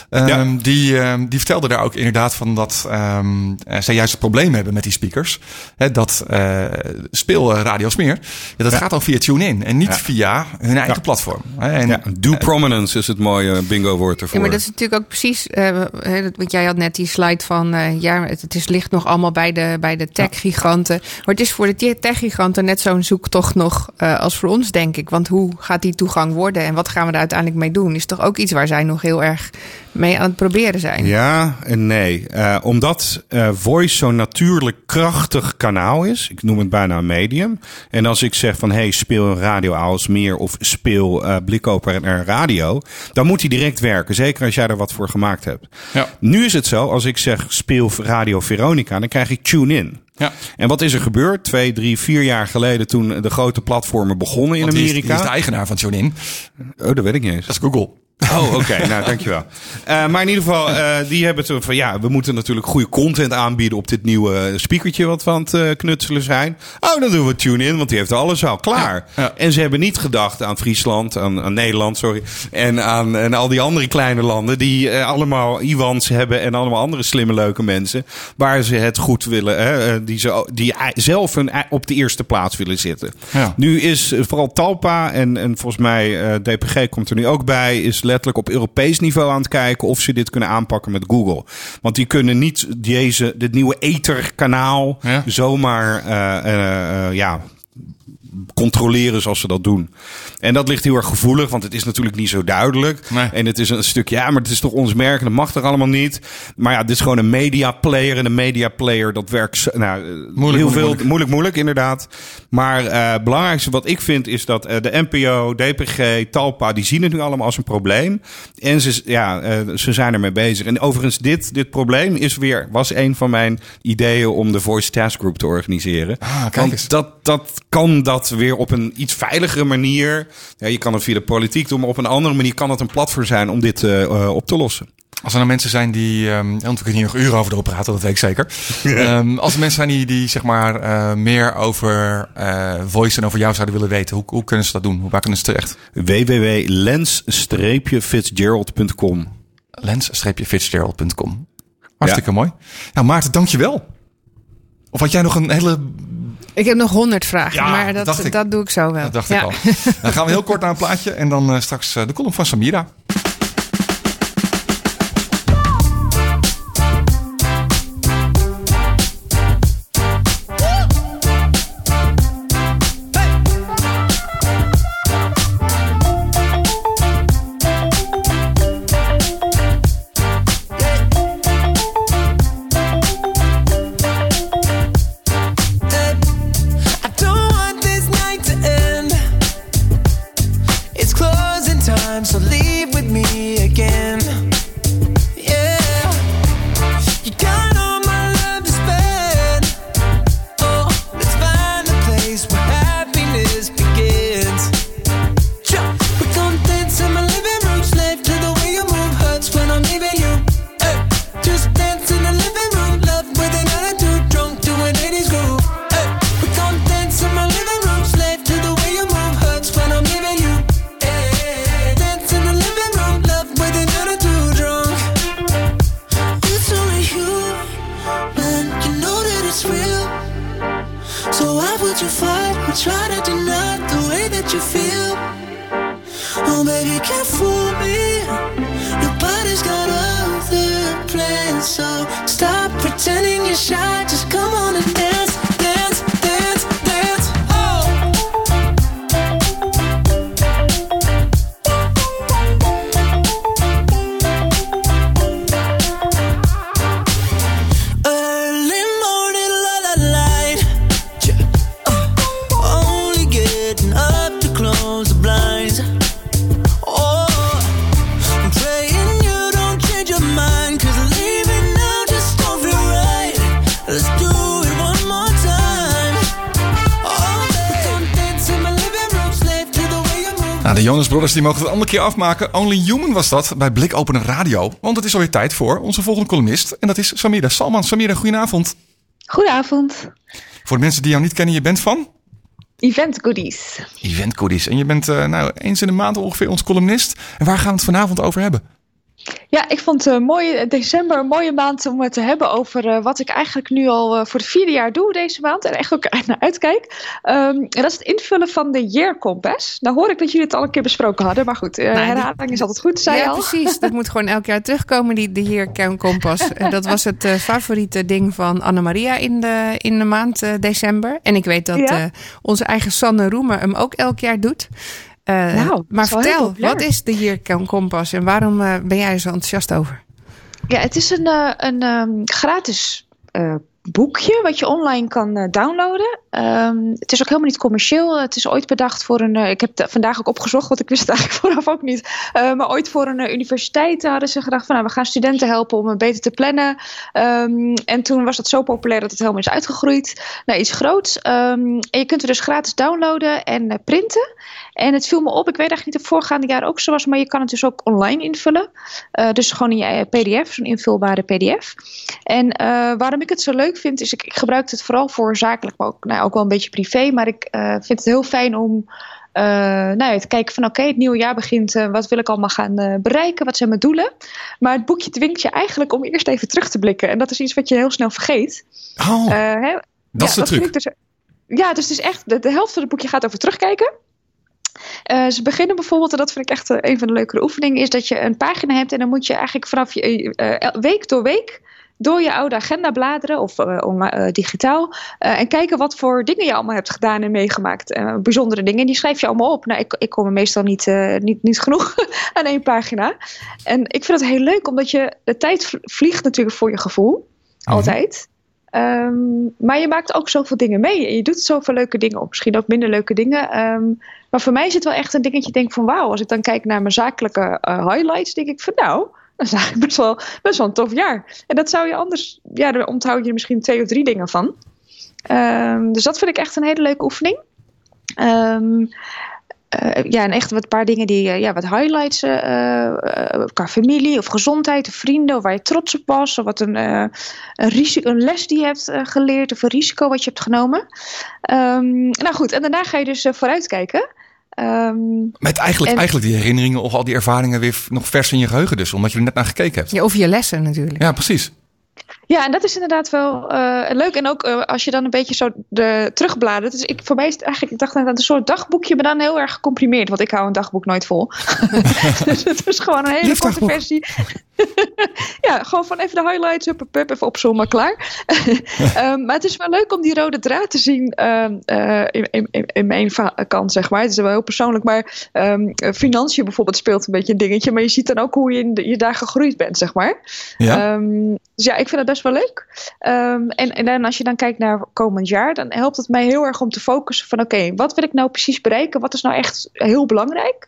Die vertelde daar ook inderdaad van dat zij juist het probleem hebben met die speakers. Dat speel Radio Smeer. Dat gaat al via TuneIn en niet via hun eigen platform. Do prominence is het mooie bingo woord ervoor. Ja, maar dat is natuurlijk ook precies, want jij had net die slide van het ligt nog allemaal bij de tech-giganten. Maar het is voor de tech-giganten net zo'n zoektocht nog als voor ons, denk ik. Want hoe gaat die toegang worden en wat gaan we daar uiteindelijk mee doen? Is toch ook iets waar zij nog heel erg mee aan het proberen zijn. Ja en nee. Omdat Voice zo'n natuurlijk krachtig kanaal is. Ik noem het bijna een medium. En als ik zeg van speel Radio Aalsmeer of speel blikopener radio, dan moet hij direct werken. Zeker als jij er wat voor gemaakt hebt. Ja. Nu is het zo, als ik zeg speel Radio Veronica, dan krijg ik TuneIn. Ja. En wat is er gebeurd 2, 3, 4 jaar geleden toen de grote platformen begonnen in Amerika? Die is de eigenaar van TuneIn. Oh, dat weet ik niet eens. Dat is Google. Oh, oké. Nou, dankjewel. Maar in ieder geval, die hebben het van we moeten natuurlijk goede content aanbieden op dit nieuwe speakertje wat we aan het knutselen zijn. Oh, dan doen we TuneIn, want die heeft alles al klaar. Ja. En ze hebben niet gedacht aan Friesland, aan Nederland, sorry. En aan al die andere kleine landen die allemaal Iwans hebben en allemaal andere slimme, leuke mensen. Waar ze het goed willen, die zelf op de eerste plaats willen zitten. Ja. Nu is vooral Talpa en volgens mij DPG komt er nu ook bij, is letterlijk op Europees niveau aan het kijken of ze dit kunnen aanpakken met Google. Want die kunnen niet dit nieuwe etherkanaal zomaar controleren zoals ze dat doen. En dat ligt heel erg gevoelig, want het is natuurlijk niet zo duidelijk. Nee. En het is een stuk, maar het is toch ons merk en dat mag er allemaal niet. Maar dit is gewoon een media player. En een media player, dat werkt moeilijk, inderdaad. Maar het belangrijkste wat ik vind is dat de NPO, DPG, Talpa, die zien het nu allemaal als een probleem. En ze zijn ermee bezig. En overigens, dit probleem was een van mijn ideeën om de Voice Task Group te organiseren. Want dat kan dat weer op een iets veiligere manier. Ja, je kan het via de politiek doen, maar op een andere manier kan het een platform zijn om dit op te lossen. Als er nou mensen zijn die... want we kunnen hier nog uren over doorpraten, dat weet ik zeker. Als er mensen zijn die zeg maar meer over Voice en over jou zouden willen weten, hoe kunnen ze dat doen? Waar kunnen ze terecht? www.lens-fitzgerald.com lens-fitzgerald.com. Hartstikke mooi. Nou, Maarten, dankjewel. Of had jij nog een hele... Ik heb nog 100 vragen, maar dat doe ik zo wel. Dat dacht ik al. Dan gaan we heel kort naar een plaatje en dan straks de column van Samira. De Jonas Brothers die mogen het een andere keer afmaken. Only Human was dat bij Blik Open Radio. Want het is alweer tijd voor onze volgende columnist. En dat is Samira Salman. Samira, goedenavond. Goedenavond. Voor de mensen die jou niet kennen, je bent van? Event Goodies. Event Goodies. En je bent eens in de maand ongeveer ons columnist. En waar gaan we het vanavond over hebben? Ja, ik vond december een mooie maand om het te hebben over wat ik eigenlijk nu al voor het 4e jaar doe deze maand. En echt ook naar uitkijk. En dat is het invullen van de Year Compass. Nou hoor ik dat jullie het al een keer besproken hadden. Maar goed, herhaling is altijd goed, zei je al. Ja, precies. Dat moet gewoon elk jaar terugkomen, de Year Compass. Dat was het favoriete ding van Annemaria in de maand december. En ik weet dat onze eigen Sanne Roemer hem ook elk jaar doet. Maar vertel, wat is de Year Compass en waarom ben jij er zo enthousiast over? Ja, het is een gratis boekje wat je online kan downloaden. Het is ook helemaal niet commercieel. Het is ooit bedacht voor ik heb het vandaag ook opgezocht, want ik wist het eigenlijk vooraf ook niet. Maar ooit voor een universiteit hadden ze gedacht van we gaan studenten helpen om beter te plannen. En toen was dat zo populair dat het helemaal is uitgegroeid naar iets groots. En je kunt het dus gratis downloaden en printen. En het viel me op, ik weet eigenlijk niet of het voorgaande jaar ook zo was, maar je kan het dus ook online invullen. Dus gewoon in je PDF, zo'n invulbare PDF. En waarom ik het zo leuk vind, is ik gebruik het vooral voor zakelijk, maar ook wel een beetje privé. Maar ik vind het heel fijn om te kijken van oké, het nieuwe jaar begint. Wat wil ik allemaal gaan bereiken? Wat zijn mijn doelen? Maar het boekje dwingt je eigenlijk om eerst even terug te blikken. En dat is iets wat je heel snel vergeet. Dat is de truc. Dus het is echt, de helft van het boekje gaat over terugkijken. Ze beginnen bijvoorbeeld, en dat vind ik echt een van de leukere oefeningen, is dat je een pagina hebt en dan moet je eigenlijk vanaf week door week door je oude agenda bladeren of digitaal en kijken wat voor dingen je allemaal hebt gedaan en meegemaakt. Bijzondere dingen, die schrijf je allemaal op. Nou, ik kom er meestal niet genoeg aan 1 pagina. En ik vind het heel leuk, omdat de tijd vliegt natuurlijk voor je gevoel. Altijd. Maar je maakt ook zoveel dingen mee. En je doet zoveel leuke dingen op. Misschien ook minder leuke dingen. Maar voor mij is het wel echt een dingetje. Ik denk van wauw. Als ik dan kijk naar mijn zakelijke highlights. Denk ik van nou. Dat is eigenlijk best wel een tof jaar. En dat zou je anders. Ja, daar onthoud je misschien 2 of 3 dingen van. Dus dat vind ik echt een hele leuke oefening. en echt wat paar dingen die wat highlights qua familie of gezondheid of vrienden of waar je trots op was of wat een les die je hebt geleerd of een risico wat je hebt genomen. Nou goed, en daarna ga je dus vooruitkijken. Met eigenlijk die herinneringen of al die ervaringen weer nog vers in je geheugen dus, omdat je er net naar gekeken hebt. Ja, of je lessen natuurlijk. Ja, precies. Ja, en dat is inderdaad wel leuk. En ook als je dan een beetje zo terugbladert. Dus voor mij is het eigenlijk, ik dacht net aan een soort dagboekje, maar dan heel erg gecomprimeerd. Want ik hou een dagboek nooit vol. Dus het is gewoon een hele korte versie. Ja, gewoon van even de highlights, even opzommen, klaar. Maar het is wel leuk om die rode draad te zien in mijn kant, zeg maar. Het is wel heel persoonlijk, maar financiën bijvoorbeeld speelt een beetje een dingetje. Maar je ziet dan ook hoe je je daar gegroeid bent, zeg maar. Ja. Dus ja, ik vind dat best wel leuk. En dan als je dan kijkt naar komend jaar, dan helpt het mij heel erg om te focussen van oké, wat wil ik nou precies bereiken? Wat is nou echt heel belangrijk?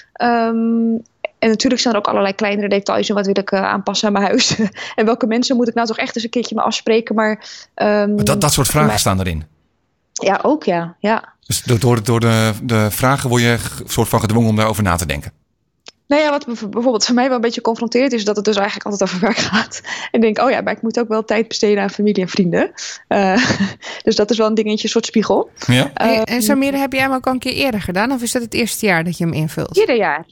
En natuurlijk zijn er ook allerlei kleinere details en wat wil ik aanpassen aan mijn huis. En welke mensen moet ik nou toch echt eens een keertje mee afspreken. Maar dat soort vragen staan erin? Ja, ook ja. Dus door de vragen word je soort van gedwongen om daarover na te denken? Nou ja, wat bijvoorbeeld voor mij wel een beetje confronteert is dat het dus eigenlijk altijd over werk gaat. En denk, oh ja, maar ik moet ook wel tijd besteden aan familie en vrienden. Dus dat is wel een dingetje, een soort spiegel. Ja. En Samira, heb jij hem ook al een keer eerder gedaan? Of is dat het eerste jaar dat je hem invult? Ieder jaar.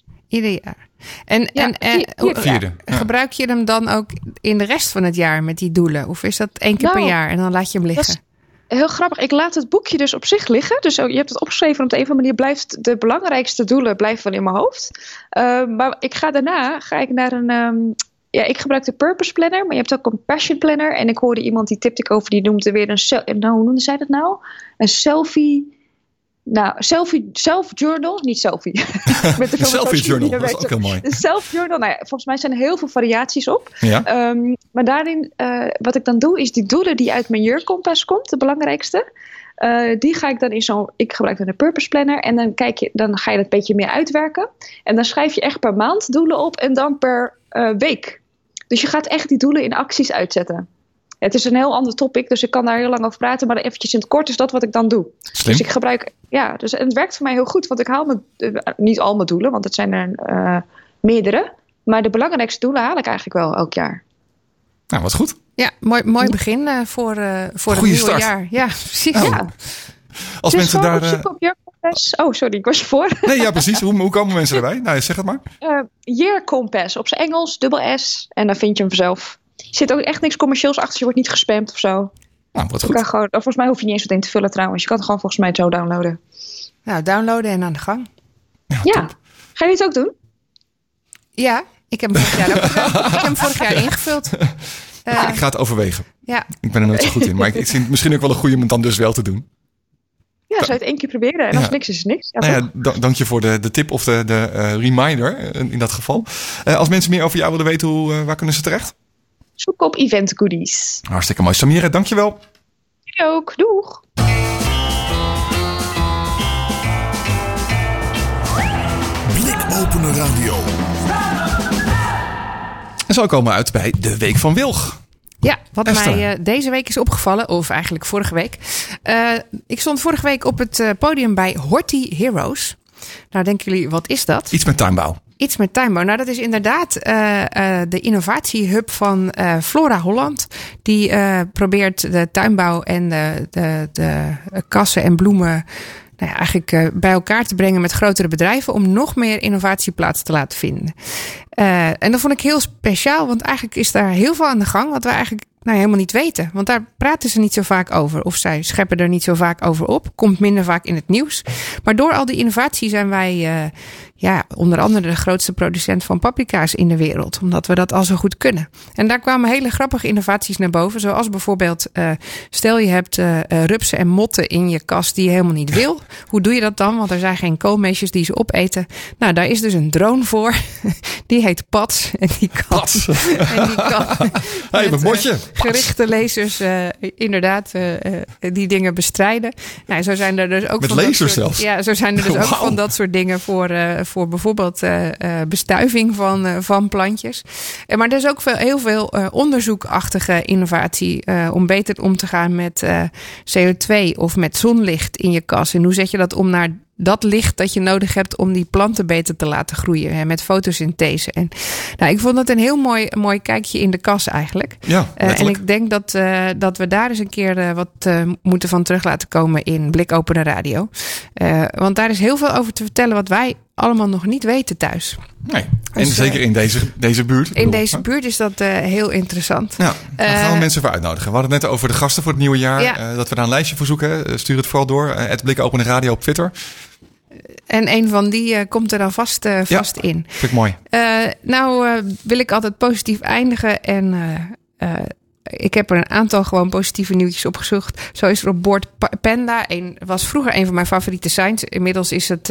En vierde. Gebruik je hem dan ook in de rest van het jaar met die doelen? Of is dat 1 keer per jaar en dan laat je hem liggen? Heel grappig. Ik laat het boekje dus op zich liggen. Dus je hebt het opgeschreven op de een of andere manier blijft de belangrijkste doelen blijven wel in mijn hoofd. Maar daarna ga ik naar een... ik gebruik de Purpose Planner, maar je hebt ook een Passion Planner. En ik hoorde iemand die tipte ik over, die noemde weer hoe noemde zij dat nou? Een selfie... Nou, self-journal, niet selfie. Met de selfie-journal, dat is ook heel mooi. De self-journal, nou ja, volgens mij zijn er heel veel variaties op. Ja. Maar daarin, wat ik dan doe, is die doelen die uit mijn year-kompas komt, de belangrijkste. Die ga ik dan ik gebruik dan een Purpose Planner. En dan ga je dat een beetje meer uitwerken. En dan schrijf je echt per maand doelen op en dan per week. Dus je gaat echt die doelen in acties uitzetten. Het is een heel ander topic, dus ik kan daar heel lang over praten. Maar eventjes in het kort is dat wat ik dan doe. Slim. Dus ik gebruik... Ja, dus en het werkt voor mij heel goed. Want ik haal niet al mijn doelen, want het zijn er meerdere. Maar de belangrijkste doelen haal ik eigenlijk wel elk jaar. Nou, wat goed. Ja, mooi begin voor het nieuwe start. jaar. Ja, precies. Oh. Ja. Dus Als mensen daar... op Year-kompas. Oh, sorry, ik was je voor. Nee, ja, precies. Hoe komen mensen erbij? Nou, zeg het maar. Year-kompas, op zijn Engels, dubbel S. En dan vind je hem vanzelf. Er zit ook echt niks commercieels achter. Je wordt niet gespamd of zo. Nou, wat goed. Volgens mij hoef je niet eens wat in te vullen trouwens. Je kan het gewoon volgens mij zo downloaden. Nou, downloaden en aan de gang. Ja. Ga je dit ook doen? Ja, ik heb hem vorig jaar ingevuld. Ik ga het overwegen. Ja. Ik ben er nooit zo goed in. Maar ik vind het misschien ook wel een goede om het dan dus wel te doen. Ja, zou je het 1 keer proberen. En als niks is niks. Ja, dank je voor de tip of de reminder in dat geval. Als mensen meer over jou willen weten, waar kunnen ze terecht? Zoek op Event Goodies. Hartstikke mooi. Samira, dank je wel. Jullie ook. Doeg. Blikopener Radio. En zo komen we uit bij de Week van Wilg. Ja, wat Esther. mij deze week is opgevallen, of eigenlijk vorige week. Ik stond vorige week op het podium bij Horti Heroes. Nou, denken jullie, wat is dat? Iets met tuinbouw. Iets met tuinbouw. Nou, dat is inderdaad de innovatiehub van Flora Holland. Die probeert de tuinbouw en de kassen en bloemen eigenlijk bij elkaar te brengen met grotere bedrijven om nog meer innovatie plaats te laten vinden. En dat vond ik heel speciaal, want eigenlijk is daar heel veel aan de gang wat we eigenlijk helemaal niet weten. Want daar praten ze niet zo vaak over. Of zij scheppen er niet zo vaak over op. Komt minder vaak in het nieuws. Maar door al die innovatie zijn wij onder andere de grootste producent van paprika's in de wereld. Omdat we dat al zo goed kunnen. En daar kwamen hele grappige innovaties naar boven. Zoals bijvoorbeeld, stel je hebt rupsen en motten in je kast die je helemaal niet wil. Hoe doe je dat dan? Want er zijn geen koolmeesjes die ze opeten. Nou, daar is dus een drone voor. Die heet Pats. En die kan... Hey, wat motje. Gerichte lasers inderdaad die dingen bestrijden. Nou, zo zijn er dus ook met van lasers dat soort, zelfs? Ja, zo zijn er dus ook van dat soort dingen voor bijvoorbeeld bestuiving van plantjes. Maar er is ook heel veel onderzoekachtige innovatie om beter om te gaan met CO2 of met zonlicht in je kas. En hoe zet je dat om naar dat licht dat je nodig hebt om die planten beter te laten groeien. Hè, met fotosynthese. En ik vond het een heel mooi kijkje in de kas eigenlijk. Ja, en ik denk dat we daar eens een keer wat moeten van terug laten komen in Blikopene Radio. Want daar is heel veel over te vertellen wat wij allemaal nog niet weten thuis. Nee. En dus, zeker in deze buurt. In deze buurt is dat heel interessant. Ja, daar gaan we mensen voor uitnodigen. We hadden het net over de gasten voor het nieuwe jaar. Ja. Dat we daar een lijstje voor zoeken. Stuur het vooral door. @Blikopene Radio op Twitter. En een van die komt er dan vast in. Vind ik mooi. Wil ik altijd positief eindigen. En ik heb er een aantal gewoon positieve nieuwtjes opgezocht. Zo is er op Board Panda. Was vroeger een van mijn favoriete sites. Inmiddels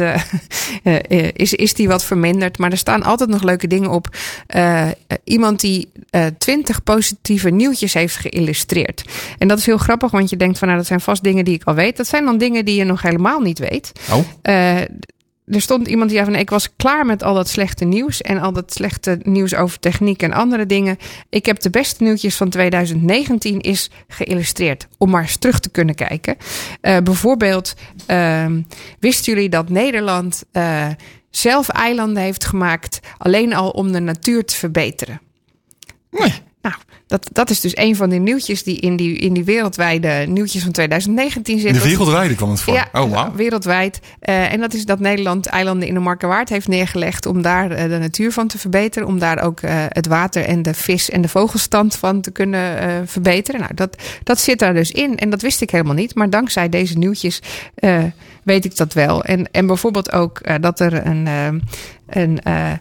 is die wat verminderd. Maar er staan altijd nog leuke dingen op. Iemand die 20 positieve nieuwtjes heeft geïllustreerd. En dat is heel grappig, want je denkt van dat zijn vast dingen die ik al weet. Dat zijn dan dingen die je nog helemaal niet weet. Er stond iemand die zei van ik was klaar met al dat slechte nieuws en al dat slechte nieuws over techniek en andere dingen. Ik heb de beste nieuwtjes van 2019 is geïllustreerd om maar eens terug te kunnen kijken. Bijvoorbeeld, wisten jullie dat Nederland zelf eilanden heeft gemaakt alleen al om de natuur te verbeteren? Nee. Nou, dat is dus een van die nieuwtjes die in die wereldwijde nieuwtjes van 2019 zitten. In de wereldwijde kwam het voor? Ja, oh, wow. Wereldwijd. En dat is dat Nederland eilanden in de Markerwaard heeft neergelegd om daar de natuur van te verbeteren. Om daar ook het water en de vis en de vogelstand van te kunnen verbeteren. Nou, dat zit daar dus in. En dat wist ik helemaal niet. Maar dankzij deze nieuwtjes weet ik dat wel. En bijvoorbeeld ook dat er een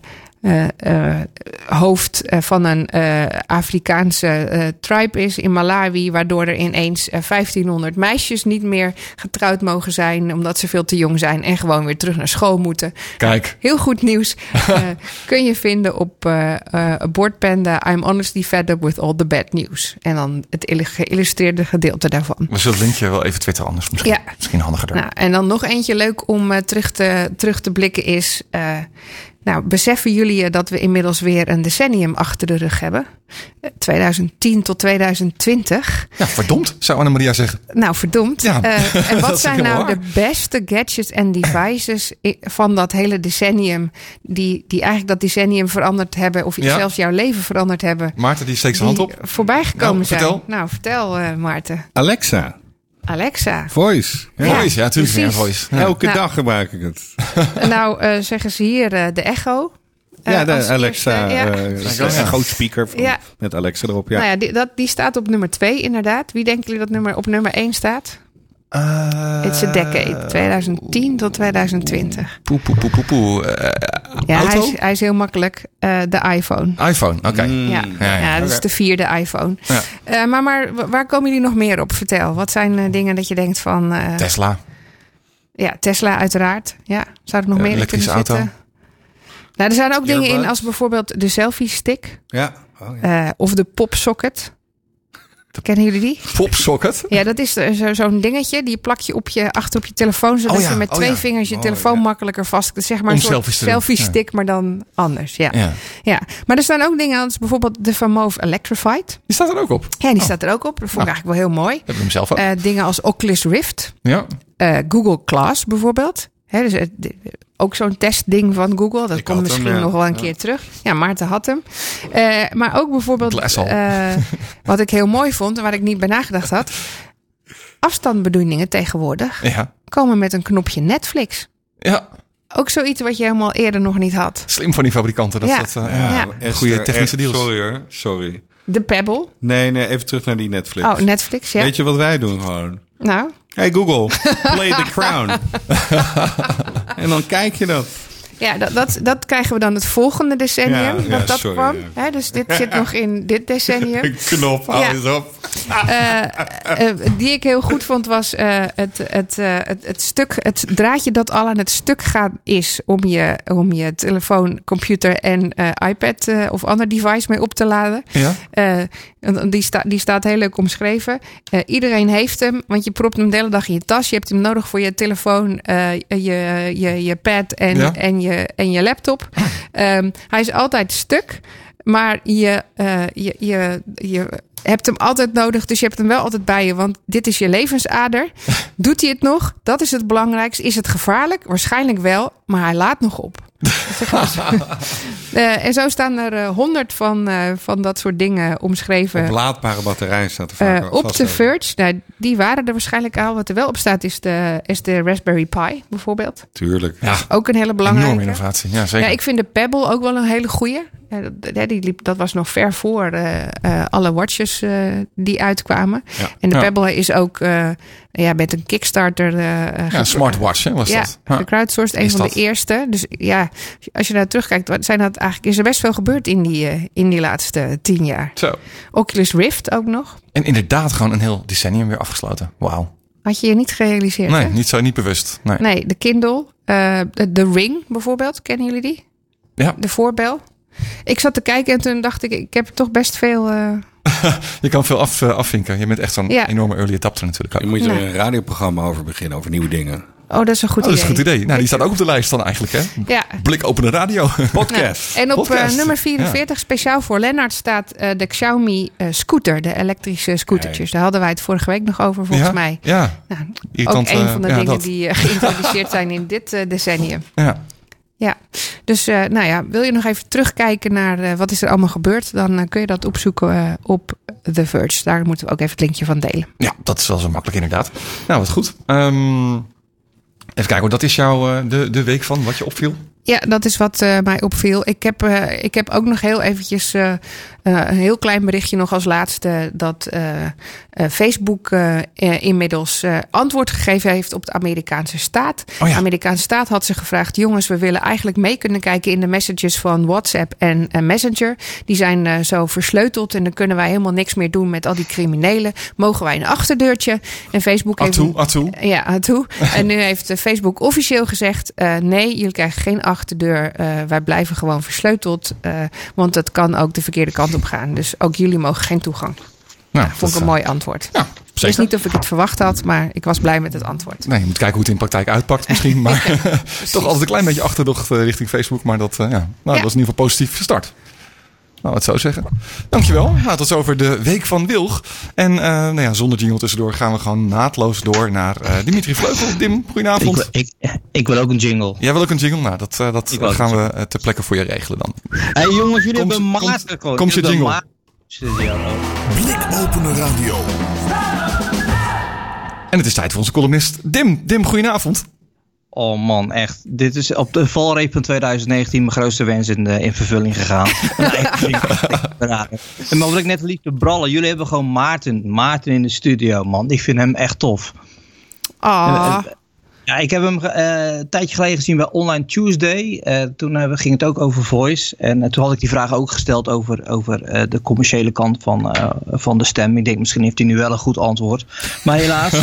hoofd van een Afrikaanse tribe is in Malawi, waardoor er ineens 1500 meisjes niet meer getrouwd mogen zijn omdat ze veel te jong zijn en gewoon weer terug naar school moeten. Kijk. Heel goed nieuws. Kun je vinden op Board Panda. I'm honestly fed up with all the bad news. En dan het geïllustreerde gedeelte daarvan. We zullen het linkje wel even twitteren anders. Misschien handiger. Nou, en dan nog eentje leuk om terug te blikken is. Beseffen jullie dat we inmiddels weer een decennium achter de rug hebben? 2010 tot 2020. Ja, verdomd, zou Annemaria zeggen. Nou, verdomd. Ja, en wat zijn nou de beste gadgets en devices van dat hele decennium, die eigenlijk dat decennium veranderd hebben, of zelfs jouw leven veranderd hebben? Maarten, die steekt zijn hand op. Voorbij gekomen zijn. Vertel. Nou, vertel Maarten. Alexa. Voice. Ja, natuurlijk meer Voice. Ja. Elke dag gebruik ik het. Zeggen ze hier de Echo. De Alexa. Een groot speaker met Alexa erop. Ja. Nou ja, die staat op nummer 2 inderdaad. Wie denken jullie dat op nummer 1 staat? It's a decade. 2010 tot 2020. Auto? Hij is heel makkelijk. De iPhone. iPhone, oké. Ja, dat is de 4e iPhone. Ja. Maar waar komen jullie nog meer op? Vertel. Wat zijn dingen dat je denkt van... Tesla. Ja, Tesla uiteraard. Ja, zou er nog meer in kunnen zitten? Auto. Nou, er zijn ook dingen in als bijvoorbeeld de selfie stick. Ja. Of de popsocket. Kennen jullie die? Popsocket? Ja, dat is zo'n dingetje. Die plak je achter op je telefoon. Zodat je met 2 vingers je telefoon makkelijker vast... Zeg maar een soort selfie stick, maar dan anders. Ja. Maar er staan ook dingen als bijvoorbeeld de Famove Electrified. Die staat er ook op? Ja, die staat er ook op. Dat vond ik eigenlijk wel heel mooi. Heb ik hem zelf ook. Dingen als Oculus Rift. Ja. Google Glass bijvoorbeeld. Dus ook zo'n testding van Google. Dat komt misschien nog wel een keer terug. Ja, Maarten had hem. Maar ook bijvoorbeeld... wat ik heel mooi vond en waar ik niet bij nagedacht had. Afstandsbedieningen tegenwoordig komen met een knopje Netflix. Ja. Ook zoiets wat je helemaal eerder nog niet had. Slim van die fabrikanten. Goede technische deals. Sorry. De Pebble. Nee, even terug naar die Netflix. Oh, Netflix, ja. Weet je wat wij doen gewoon? Nou? Hey Google, play The Crown. En dan kijk je dat. Ja, dat krijgen we dan het volgende decennium. Dat kwam. Ja. Dus dit zit nog in dit decennium. Knop, hou eens op. Die ik heel goed vond was het draadje dat al aan het stuk gaat is om je telefoon, computer en iPad of ander device mee op te laden. Ja. Die staat heel leuk omschreven. Iedereen heeft hem, want je propt hem de hele dag in je tas. Je hebt hem nodig voor je telefoon, je pad en je laptop. hebt hem altijd nodig, dus je hebt hem wel altijd bij je. Want dit is je levensader. Doet hij het nog? Dat is het belangrijkste. Is het gevaarlijk? Waarschijnlijk wel, maar hij laat nog op. En zo staan er 100 van dat soort dingen omschreven. Oplaadbare batterijen staat er vaak op de Verge. Nou, die waren er waarschijnlijk al. Wat er wel op staat is de Raspberry Pi bijvoorbeeld. Tuurlijk. Ja. Ook een hele belangrijke. Enorme innovatie, ja zeker. Ja, ik vind de Pebble ook wel een hele goeie. Dat was nog ver voor alle watches die uitkwamen. Ja. En de Pebble is ook met een Kickstarter... een smartwatch was dat. Ja, gecrowdsourced. Een van de eerste. Dus ja, als je daar terugkijkt... is er best veel gebeurd in die laatste 10 jaar. Zo. Oculus Rift ook nog. En inderdaad gewoon een heel decennium weer afgesloten. Wauw. Had je niet gerealiseerd? Nee, hè? niet bewust. Nee, de Kindle. De Ring bijvoorbeeld. Kennen jullie die? Ja. De Voorbel. Ik zat te kijken en toen dacht ik heb toch best veel... Je kan veel afvinken. Je bent echt zo'n enorme early adapter natuurlijk. Je moet er een radioprogramma over beginnen, over nieuwe dingen. Oh, dat is een goed idee. Dat is een goed idee. Nou, die staat ook op de lijst dan eigenlijk, hè? Ja. Blik opene radio. Podcast. Nou, en op nummer 44, speciaal voor Lennart, staat de Xiaomi scooter. De elektrische scootertjes. Daar hadden wij het vorige week nog over, volgens mij. Ja. Nou, ook een van de dingen die geïntroduceerd zijn in dit decennium. Ja, dus wil je nog even terugkijken naar wat is er allemaal gebeurd, dan kun je dat opzoeken op The Verge. Daar moeten we ook even het linkje van delen. Ja, dat is wel zo makkelijk inderdaad. Nou, wat goed. Even kijken, dat is jouw de week van wat je opviel? Ja, dat is wat mij opviel. Ik heb ook nog heel eventjes een heel klein berichtje nog als laatste. Dat Facebook inmiddels antwoord gegeven heeft op de Amerikaanse staat. Oh ja. De Amerikaanse staat had ze gevraagd: jongens, we willen eigenlijk mee kunnen kijken in de messages van WhatsApp en Messenger. Die zijn zo versleuteld en dan kunnen wij helemaal niks meer doen met al die criminelen. Mogen wij een achterdeurtje? En Facebook Atoe. En nu heeft Facebook officieel gezegd: nee, jullie krijgen geen achterdeur. Wij blijven gewoon versleuteld. Want het kan ook de verkeerde kant op gaan. Dus ook jullie mogen geen toegang. Nou, vond ik een mooi antwoord. Ja, zeker. Dus niet of ik het verwacht had, maar ik was blij met het antwoord. Nee, je moet kijken hoe het in de praktijk uitpakt misschien. Maar toch altijd een klein beetje achterdocht richting Facebook. Maar dat was in ieder geval positief gestart. Nou, wat zou ik zeggen. Dankjewel. Nou, tot zover de week van Wilg. En zonder jingle tussendoor gaan we gewoon naadloos door naar Dimitri Vleugel. Dim, goedenavond. Ik wil ook een jingle. Jij wil ook een jingle? Nou, dat gaan we ter plekke voor je regelen dan. Hey jongens, jullie hebben Maarten. Komt je jingle. Blikopene radio. En het is tijd voor onze columnist Dim. Dim, goedenavond. Oh man, echt. Dit is op de valreep van 2019 mijn grootste wens in vervulling gegaan. En maar wat ik net liep te brallen. Jullie hebben gewoon Maarten in de studio, man. Ik vind hem echt tof. Ja, ik heb hem een tijdje geleden gezien bij Online Tuesday. Toen ging het ook over voice. En toen had ik die vraag ook gesteld over de commerciële kant van de stem. Ik denk, misschien heeft hij nu wel een goed antwoord. Maar helaas.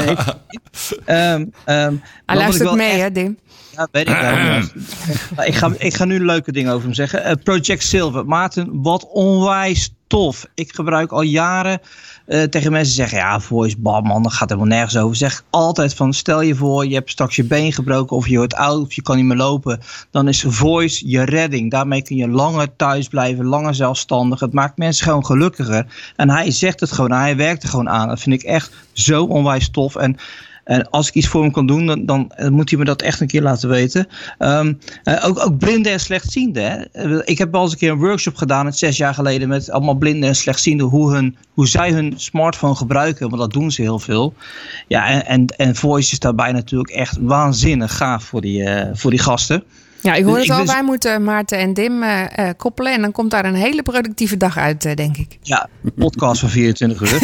Hij luistert mee, hè, Dim? Ja, weet ik wel. Ik ga nu leuke dingen over hem zeggen. Project Silver. Maarten, wat onwijs tof. Ik gebruik al jaren tegen mensen zeggen, ja, voice, man, dat gaat helemaal nergens over. Zeg altijd van, stel je voor, je hebt straks je been gebroken of je wordt oud of je kan niet meer lopen. Dan is voice je redding. Daarmee kun je langer thuis blijven, langer zelfstandig. Het maakt mensen gewoon gelukkiger. En hij zegt het gewoon, hij werkt er gewoon aan. Dat vind ik echt zo onwijs tof. En als ik iets voor hem kan doen, dan moet hij me dat echt een keer laten weten. Ook blinden en slechtzienden. Hè? Ik heb wel eens een keer een workshop gedaan, 6 jaar geleden, met allemaal blinden en slechtzienden. Hoe zij hun smartphone gebruiken, want dat doen ze heel veel. Ja, en Voice is daarbij natuurlijk echt waanzinnig gaaf voor die gasten. Ja, ik hoor het al. Wij moeten Maarten en Dim koppelen. En dan komt daar een hele productieve dag uit, denk ik. Ja, podcast van 24 uur.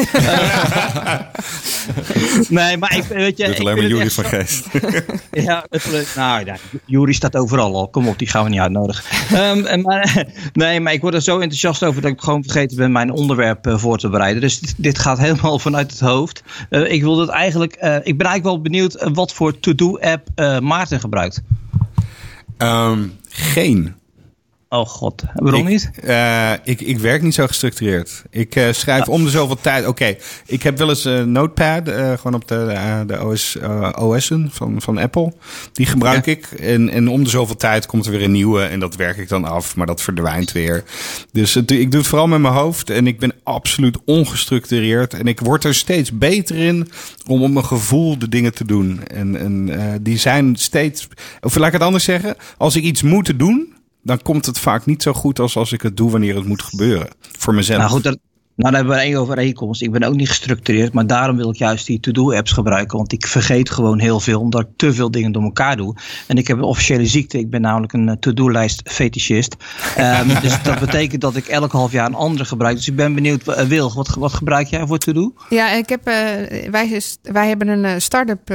Nee, maar weet je... Doet alleen maar Juri van Geest. Ja, Juri staat overal al. Kom op, die gaan we niet uitnodigen. Maar ik word er zo enthousiast over dat ik gewoon vergeten ben mijn onderwerp voor te bereiden. Dus dit gaat helemaal vanuit het hoofd. Ik ben eigenlijk wel benieuwd wat voor to-do app Maarten gebruikt. Geen. Oh god, waarom niet? Ik werk niet zo gestructureerd. Ik schrijf om de zoveel tijd. Oké, ik heb wel eens een Notepad, gewoon op de OS'en van Apple. Die gebruik ik. En om de zoveel tijd komt er weer een nieuwe en dat werk ik dan af, maar dat verdwijnt weer. Dus ik doe het vooral met mijn hoofd en ik ben absoluut ongestructureerd. En ik word er steeds beter in om op mijn gevoel de dingen te doen. En die zijn steeds... Of laat ik het anders zeggen. Als ik iets moet doen, dan komt het vaak niet zo goed als ik het doe wanneer het moet gebeuren. Voor mezelf. Nou goed, daar hebben we één overeenkomst. Ik ben ook niet gestructureerd, maar daarom wil ik juist die to-do-apps gebruiken. Want ik vergeet gewoon heel veel, omdat ik te veel dingen door elkaar doe. En ik heb een officiële ziekte. Ik ben namelijk een to-do-lijst fetischist. Dus dat betekent dat ik elk half jaar een andere gebruik. Dus ik ben benieuwd, Wil, wat gebruik jij voor to-do? Ja, wij hebben een start-up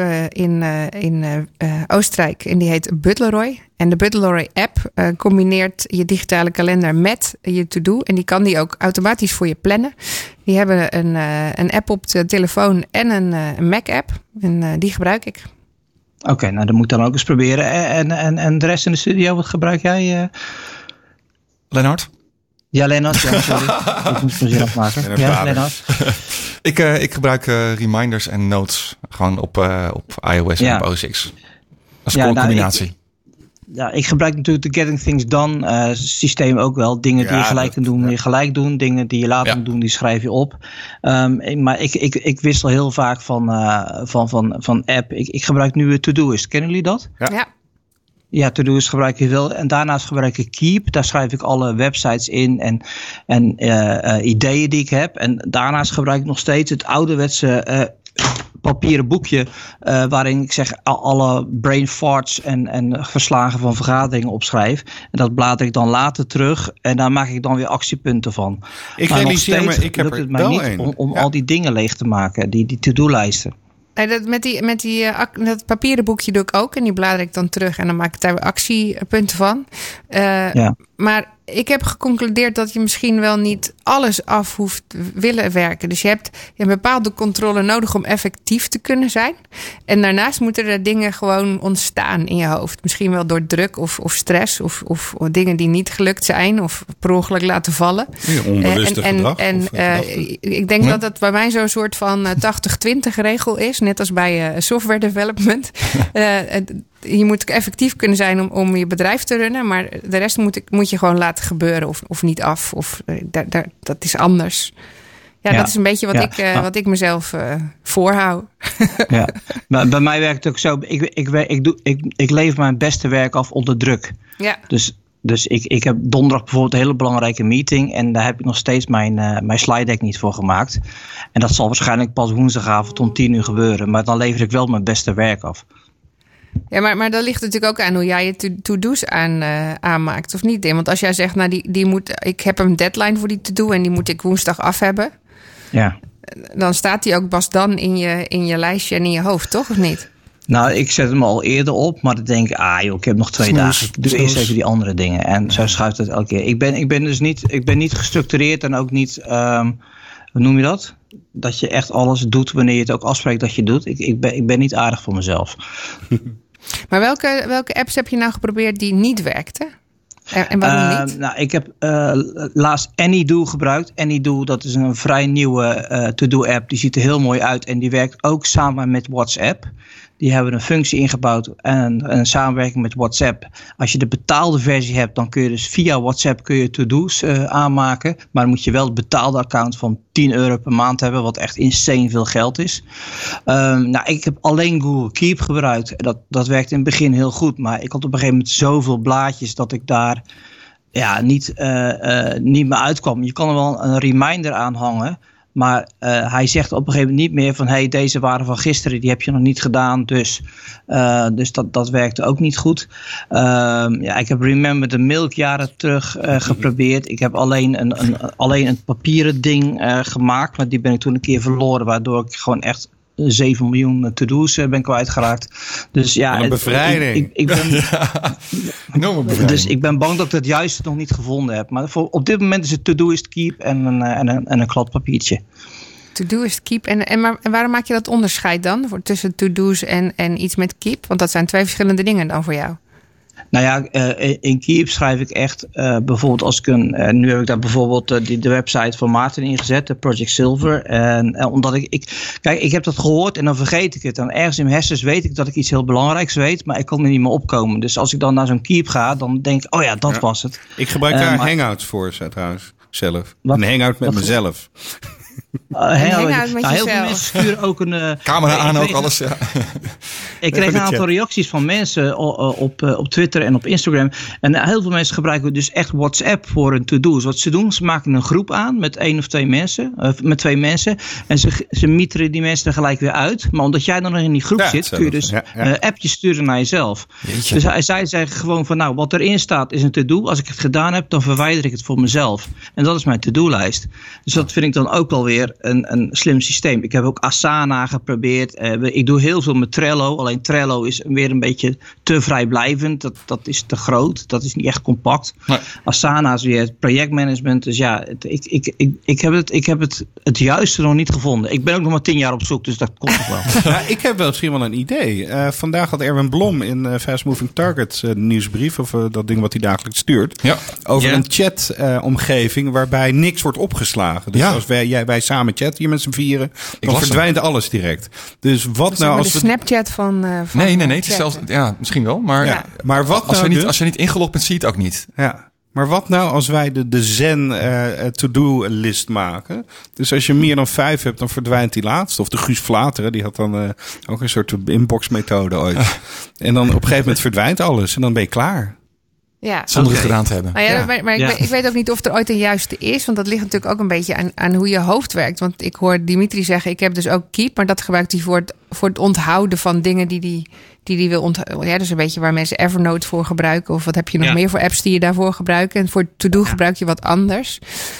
in Oostenrijk en die heet Butleroy. En de Butleroy app combineert je digitale kalender met je to-do. En die kan die ook automatisch voor je plannen. Die hebben een app op de telefoon en een Mac-app. En die gebruik ik. Oké, nou dat moet ik dan ook eens proberen. En de rest in de studio, wat gebruik jij? Lennart? Ja, Lennart. Ja, sorry. Ik moest mijn zin afmaken. Ja, Lennart. Ik gebruik reminders en notes. Gewoon op iOS en op OS X. Dat is een combinatie. Ik gebruik natuurlijk de Getting Things Done systeem ook wel. Dingen die je gelijk kan doen, moet je gelijk doen. Dingen die je later moet doen, die schrijf je op. Maar ik wissel heel vaak van app. Ik gebruik nu Todoist. Kennen jullie dat? Ja. Ja, Todoist gebruik ik wel. En daarnaast gebruik ik Keep. Daar schrijf ik alle websites in en ideeën die ik heb. En daarnaast gebruik ik nog steeds het ouderwetse papieren boekje waarin ik zeg alle brain farts en verslagen van vergaderingen opschrijf. En dat blader ik dan later terug en daar maak ik dan weer actiepunten van. Ik realiseer me, ik heb het mij niet om al die dingen leeg te maken, die to-do-lijsten. Dat papieren boekje doe ik ook en die blader ik dan terug en dan maak ik daar weer actiepunten van. Maar ik heb geconcludeerd dat je misschien wel niet alles af hoeft willen werken. Dus je hebt een bepaalde controle nodig om effectief te kunnen zijn. En daarnaast moeten er dingen gewoon ontstaan in je hoofd. Misschien wel door druk of stress of dingen die niet gelukt zijn of per ongeluk laten vallen. Onbewuste gedrag. Ik denk dat dat bij mij zo'n soort van 80-20 regel is. Net als bij software development. Je moet effectief kunnen zijn om je bedrijf te runnen. Maar de rest moet je gewoon laten gebeuren of niet af. Dat is anders. Ja, dat is een beetje wat ik mezelf voorhoud. Ja, maar bij mij werkt het ook zo. Ik lever mijn beste werk af onder druk. Ja. Dus ik heb donderdag bijvoorbeeld een hele belangrijke meeting. En daar heb ik nog steeds mijn slide deck niet voor gemaakt. En dat zal waarschijnlijk pas woensdagavond om 10:00 gebeuren. Maar dan lever ik wel mijn beste werk af. Ja, maar dat ligt natuurlijk ook aan hoe jij je to-do's aanmaakt, of niet? Want als jij zegt, nou, ik heb een deadline voor die to-do en die moet ik woensdag af hebben. Ja. Dan staat die ook pas dan in je lijstje en in je hoofd, toch? Of niet? Nou, ik zet hem al eerder op, maar dan denk ik, ik heb nog 2 dagen. Ik doe eerst even die andere dingen. En zo schuift het elke keer. Ik ben niet gestructureerd en ook niet, hoe noem je dat? Dat je echt alles doet wanneer je het ook afspreekt dat je doet. Ik ben niet aardig voor mezelf. Maar welke apps heb je nou geprobeerd die niet werkten? En waarom niet? Nou, ik heb laatst AnyDo gebruikt. AnyDo, dat is een vrij nieuwe to-do app. Die ziet er heel mooi uit en die werkt ook samen met WhatsApp. Die hebben een functie ingebouwd en een samenwerking met WhatsApp. Als je de betaalde versie hebt, dan kun je dus via WhatsApp to-do's aanmaken. Maar dan moet je wel het betaalde account van €10 per maand hebben, wat echt insane veel geld is. Ik heb alleen Google Keep gebruikt. Dat werkte in het begin heel goed, maar ik had op een gegeven moment zoveel blaadjes dat ik daar niet meer uitkwam. Je kan er wel een reminder aan hangen. Maar hij zegt op een gegeven moment niet meer van hey, deze waren van gisteren, die heb je nog niet gedaan. Dus dat werkte ook niet goed. Ik heb Remember the Milk jaren terug geprobeerd. Ik heb alleen een papieren ding gemaakt. Maar die ben ik toen een keer verloren. Waardoor ik gewoon echt 7 miljoen to-do's ben kwijtgeraakt. Dus ja, een bevrijding. Ik ben, dus ik ben bang dat ik het juiste nog niet gevonden heb. Maar op dit moment is het Todoist Keep en een glad papiertje. Todoist Keep. En waarom maak je dat onderscheid dan? Tussen to-do's en iets met Keep? Want dat zijn 2 verschillende dingen dan voor jou. Nou ja, in Keep schrijf ik echt bijvoorbeeld als ik nu heb ik daar bijvoorbeeld de website van Maarten ingezet, Project Silver. En omdat ik heb dat gehoord en dan vergeet ik het. En ergens in mijn hersens weet ik dat ik iets heel belangrijks weet, maar ik kan er niet meer opkomen. Dus als ik dan naar zo'n Keep ga, dan denk ik, oh ja, dat was het. Ik gebruik daar Hangouts voor trouwens, zelf. Een hangout met mezelf. Hangout met heel veel mensen sturen ook een... Camera aan ook, alles, ja. Ik kreeg een aantal reacties van mensen op Twitter en op Instagram. En heel veel mensen gebruiken dus echt WhatsApp voor hun to-do's. Wat ze doen, ze maken een groep aan met 1 of 2 mensen. Met 2 mensen. En ze mieteren die mensen er gelijk weer uit. Maar omdat jij dan nog in die groep zit, kun je dus appjes sturen naar jezelf. Jeetje. Dus zij zeggen gewoon van, nou, wat erin staat is een to-do. Als ik het gedaan heb, dan verwijder ik het voor mezelf. En dat is mijn to-do-lijst. Dus dat vind ik dan ook wel weer een slim systeem. Ik heb ook Asana geprobeerd. Ik doe heel veel met Trello. Alleen Trello is weer een beetje te vrijblijvend. Dat is te groot. Dat is niet echt compact. Nee. Asana is weer projectmanagement. Dus ja, ik heb het juiste nog niet gevonden. Ik ben ook nog maar 10 jaar op zoek, dus dat komt nog wel. Ja, ik heb wel misschien wel een idee. Vandaag had Erwin Blom in Fast Moving Target nieuwsbrief, of dat ding wat hij dagelijks stuurt, over een chat-omgeving waarbij niks wordt opgeslagen. Dus als wij samen chatten hier met z'n vieren, dan verdwijnt alles direct. Dus wat nou als de Snapchat van nee, het is zelfs, misschien wel, maar, maar wat als je niet ingelogd bent, zie je het ook niet. Ja. Maar wat nou als wij de Zen to-do-list maken? Dus als je meer dan 5 hebt, dan verdwijnt die laatste. Of de Guus Vlateren, die had dan ook een soort inbox-methode ooit. En dan op een gegeven moment verdwijnt alles en dan ben je klaar. Ja. Zonder het gedaan te hebben. Maar ik weet ook niet of er ooit een juiste is. Want dat ligt natuurlijk ook een beetje aan hoe je hoofd werkt. Want ik hoor Dimitri zeggen, ik heb dus ook Keep. Maar dat gebruikt hij voor het onthouden van dingen die hij wil onthouden. Ja, dus een beetje waar mensen Evernote voor gebruiken. Of wat heb je nog meer voor apps die je daarvoor gebruikt. En voor to-do gebruik je wat anders.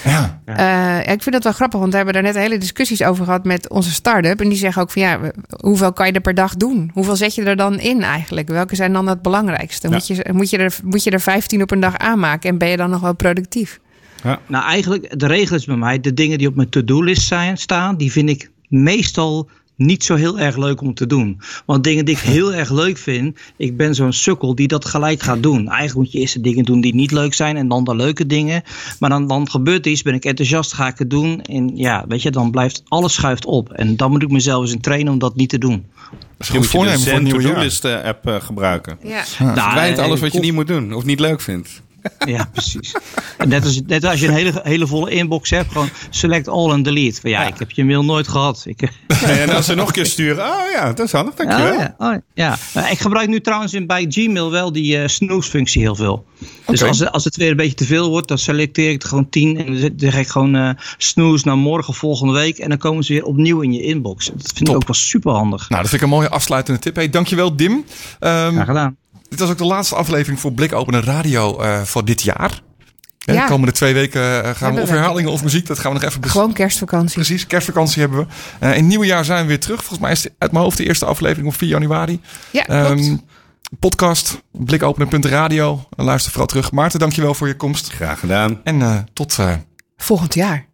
Ik vind dat wel grappig. Want we hebben daar net hele discussies over gehad met onze start-up. En die zeggen ook van hoeveel kan je er per dag doen? Hoeveel zet je er dan in eigenlijk? Welke zijn dan het belangrijkste? Moet je er 15 op een dag aanmaken? En ben je dan nog wel productief? Ja. Nou, eigenlijk, de regel is bij mij, de dingen die op mijn to-do-list staan, die vind ik meestal niet zo heel erg leuk om te doen. Want dingen die ik heel erg leuk vind, ik ben zo'n sukkel die dat gelijk gaat doen. Eigenlijk moet je eerst de dingen doen die niet leuk zijn en dan de leuke dingen. Maar dan gebeurt iets, ben ik enthousiast, ga ik het doen. En ja, weet je, dan blijft alles schuift op. En dan moet ik mezelf eens in trainen om dat niet te doen. Misschien moet je de Zen to-do-list app gebruiken. Ja. Verdwijnt alles wat je niet moet doen of niet leuk vindt. Ja, precies. Net als je een hele volle inbox hebt, gewoon select all en delete. Van ik heb je mail nooit gehad. En als ze nog een keer sturen, dat is handig, dankjewel. Ik gebruik nu trouwens bij Gmail wel die snooze-functie heel veel. Dus als het weer een beetje te veel wordt, dan selecteer ik het gewoon 10 en dan zeg ik gewoon snooze naar morgen volgende week en dan komen ze weer opnieuw in je inbox. Dat vind ik ook wel super handig. Nou, dat vind ik een mooie afsluitende tip. Hey, dankjewel, Dim. Graag gedaan. Dit was ook de laatste aflevering voor Blik Open Radio voor dit jaar. De komende 2 weken gaan we of herhalingen of muziek. Dat gaan we nog even gewoon kerstvakantie. Precies, kerstvakantie hebben we. In het nieuwe jaar zijn we weer terug. Volgens mij is het uit mijn hoofd de eerste aflevering op 4 januari. Ja, podcast, blikopener.radio. Luister vooral terug. Maarten, dankjewel voor je komst. Graag gedaan. En tot volgend jaar.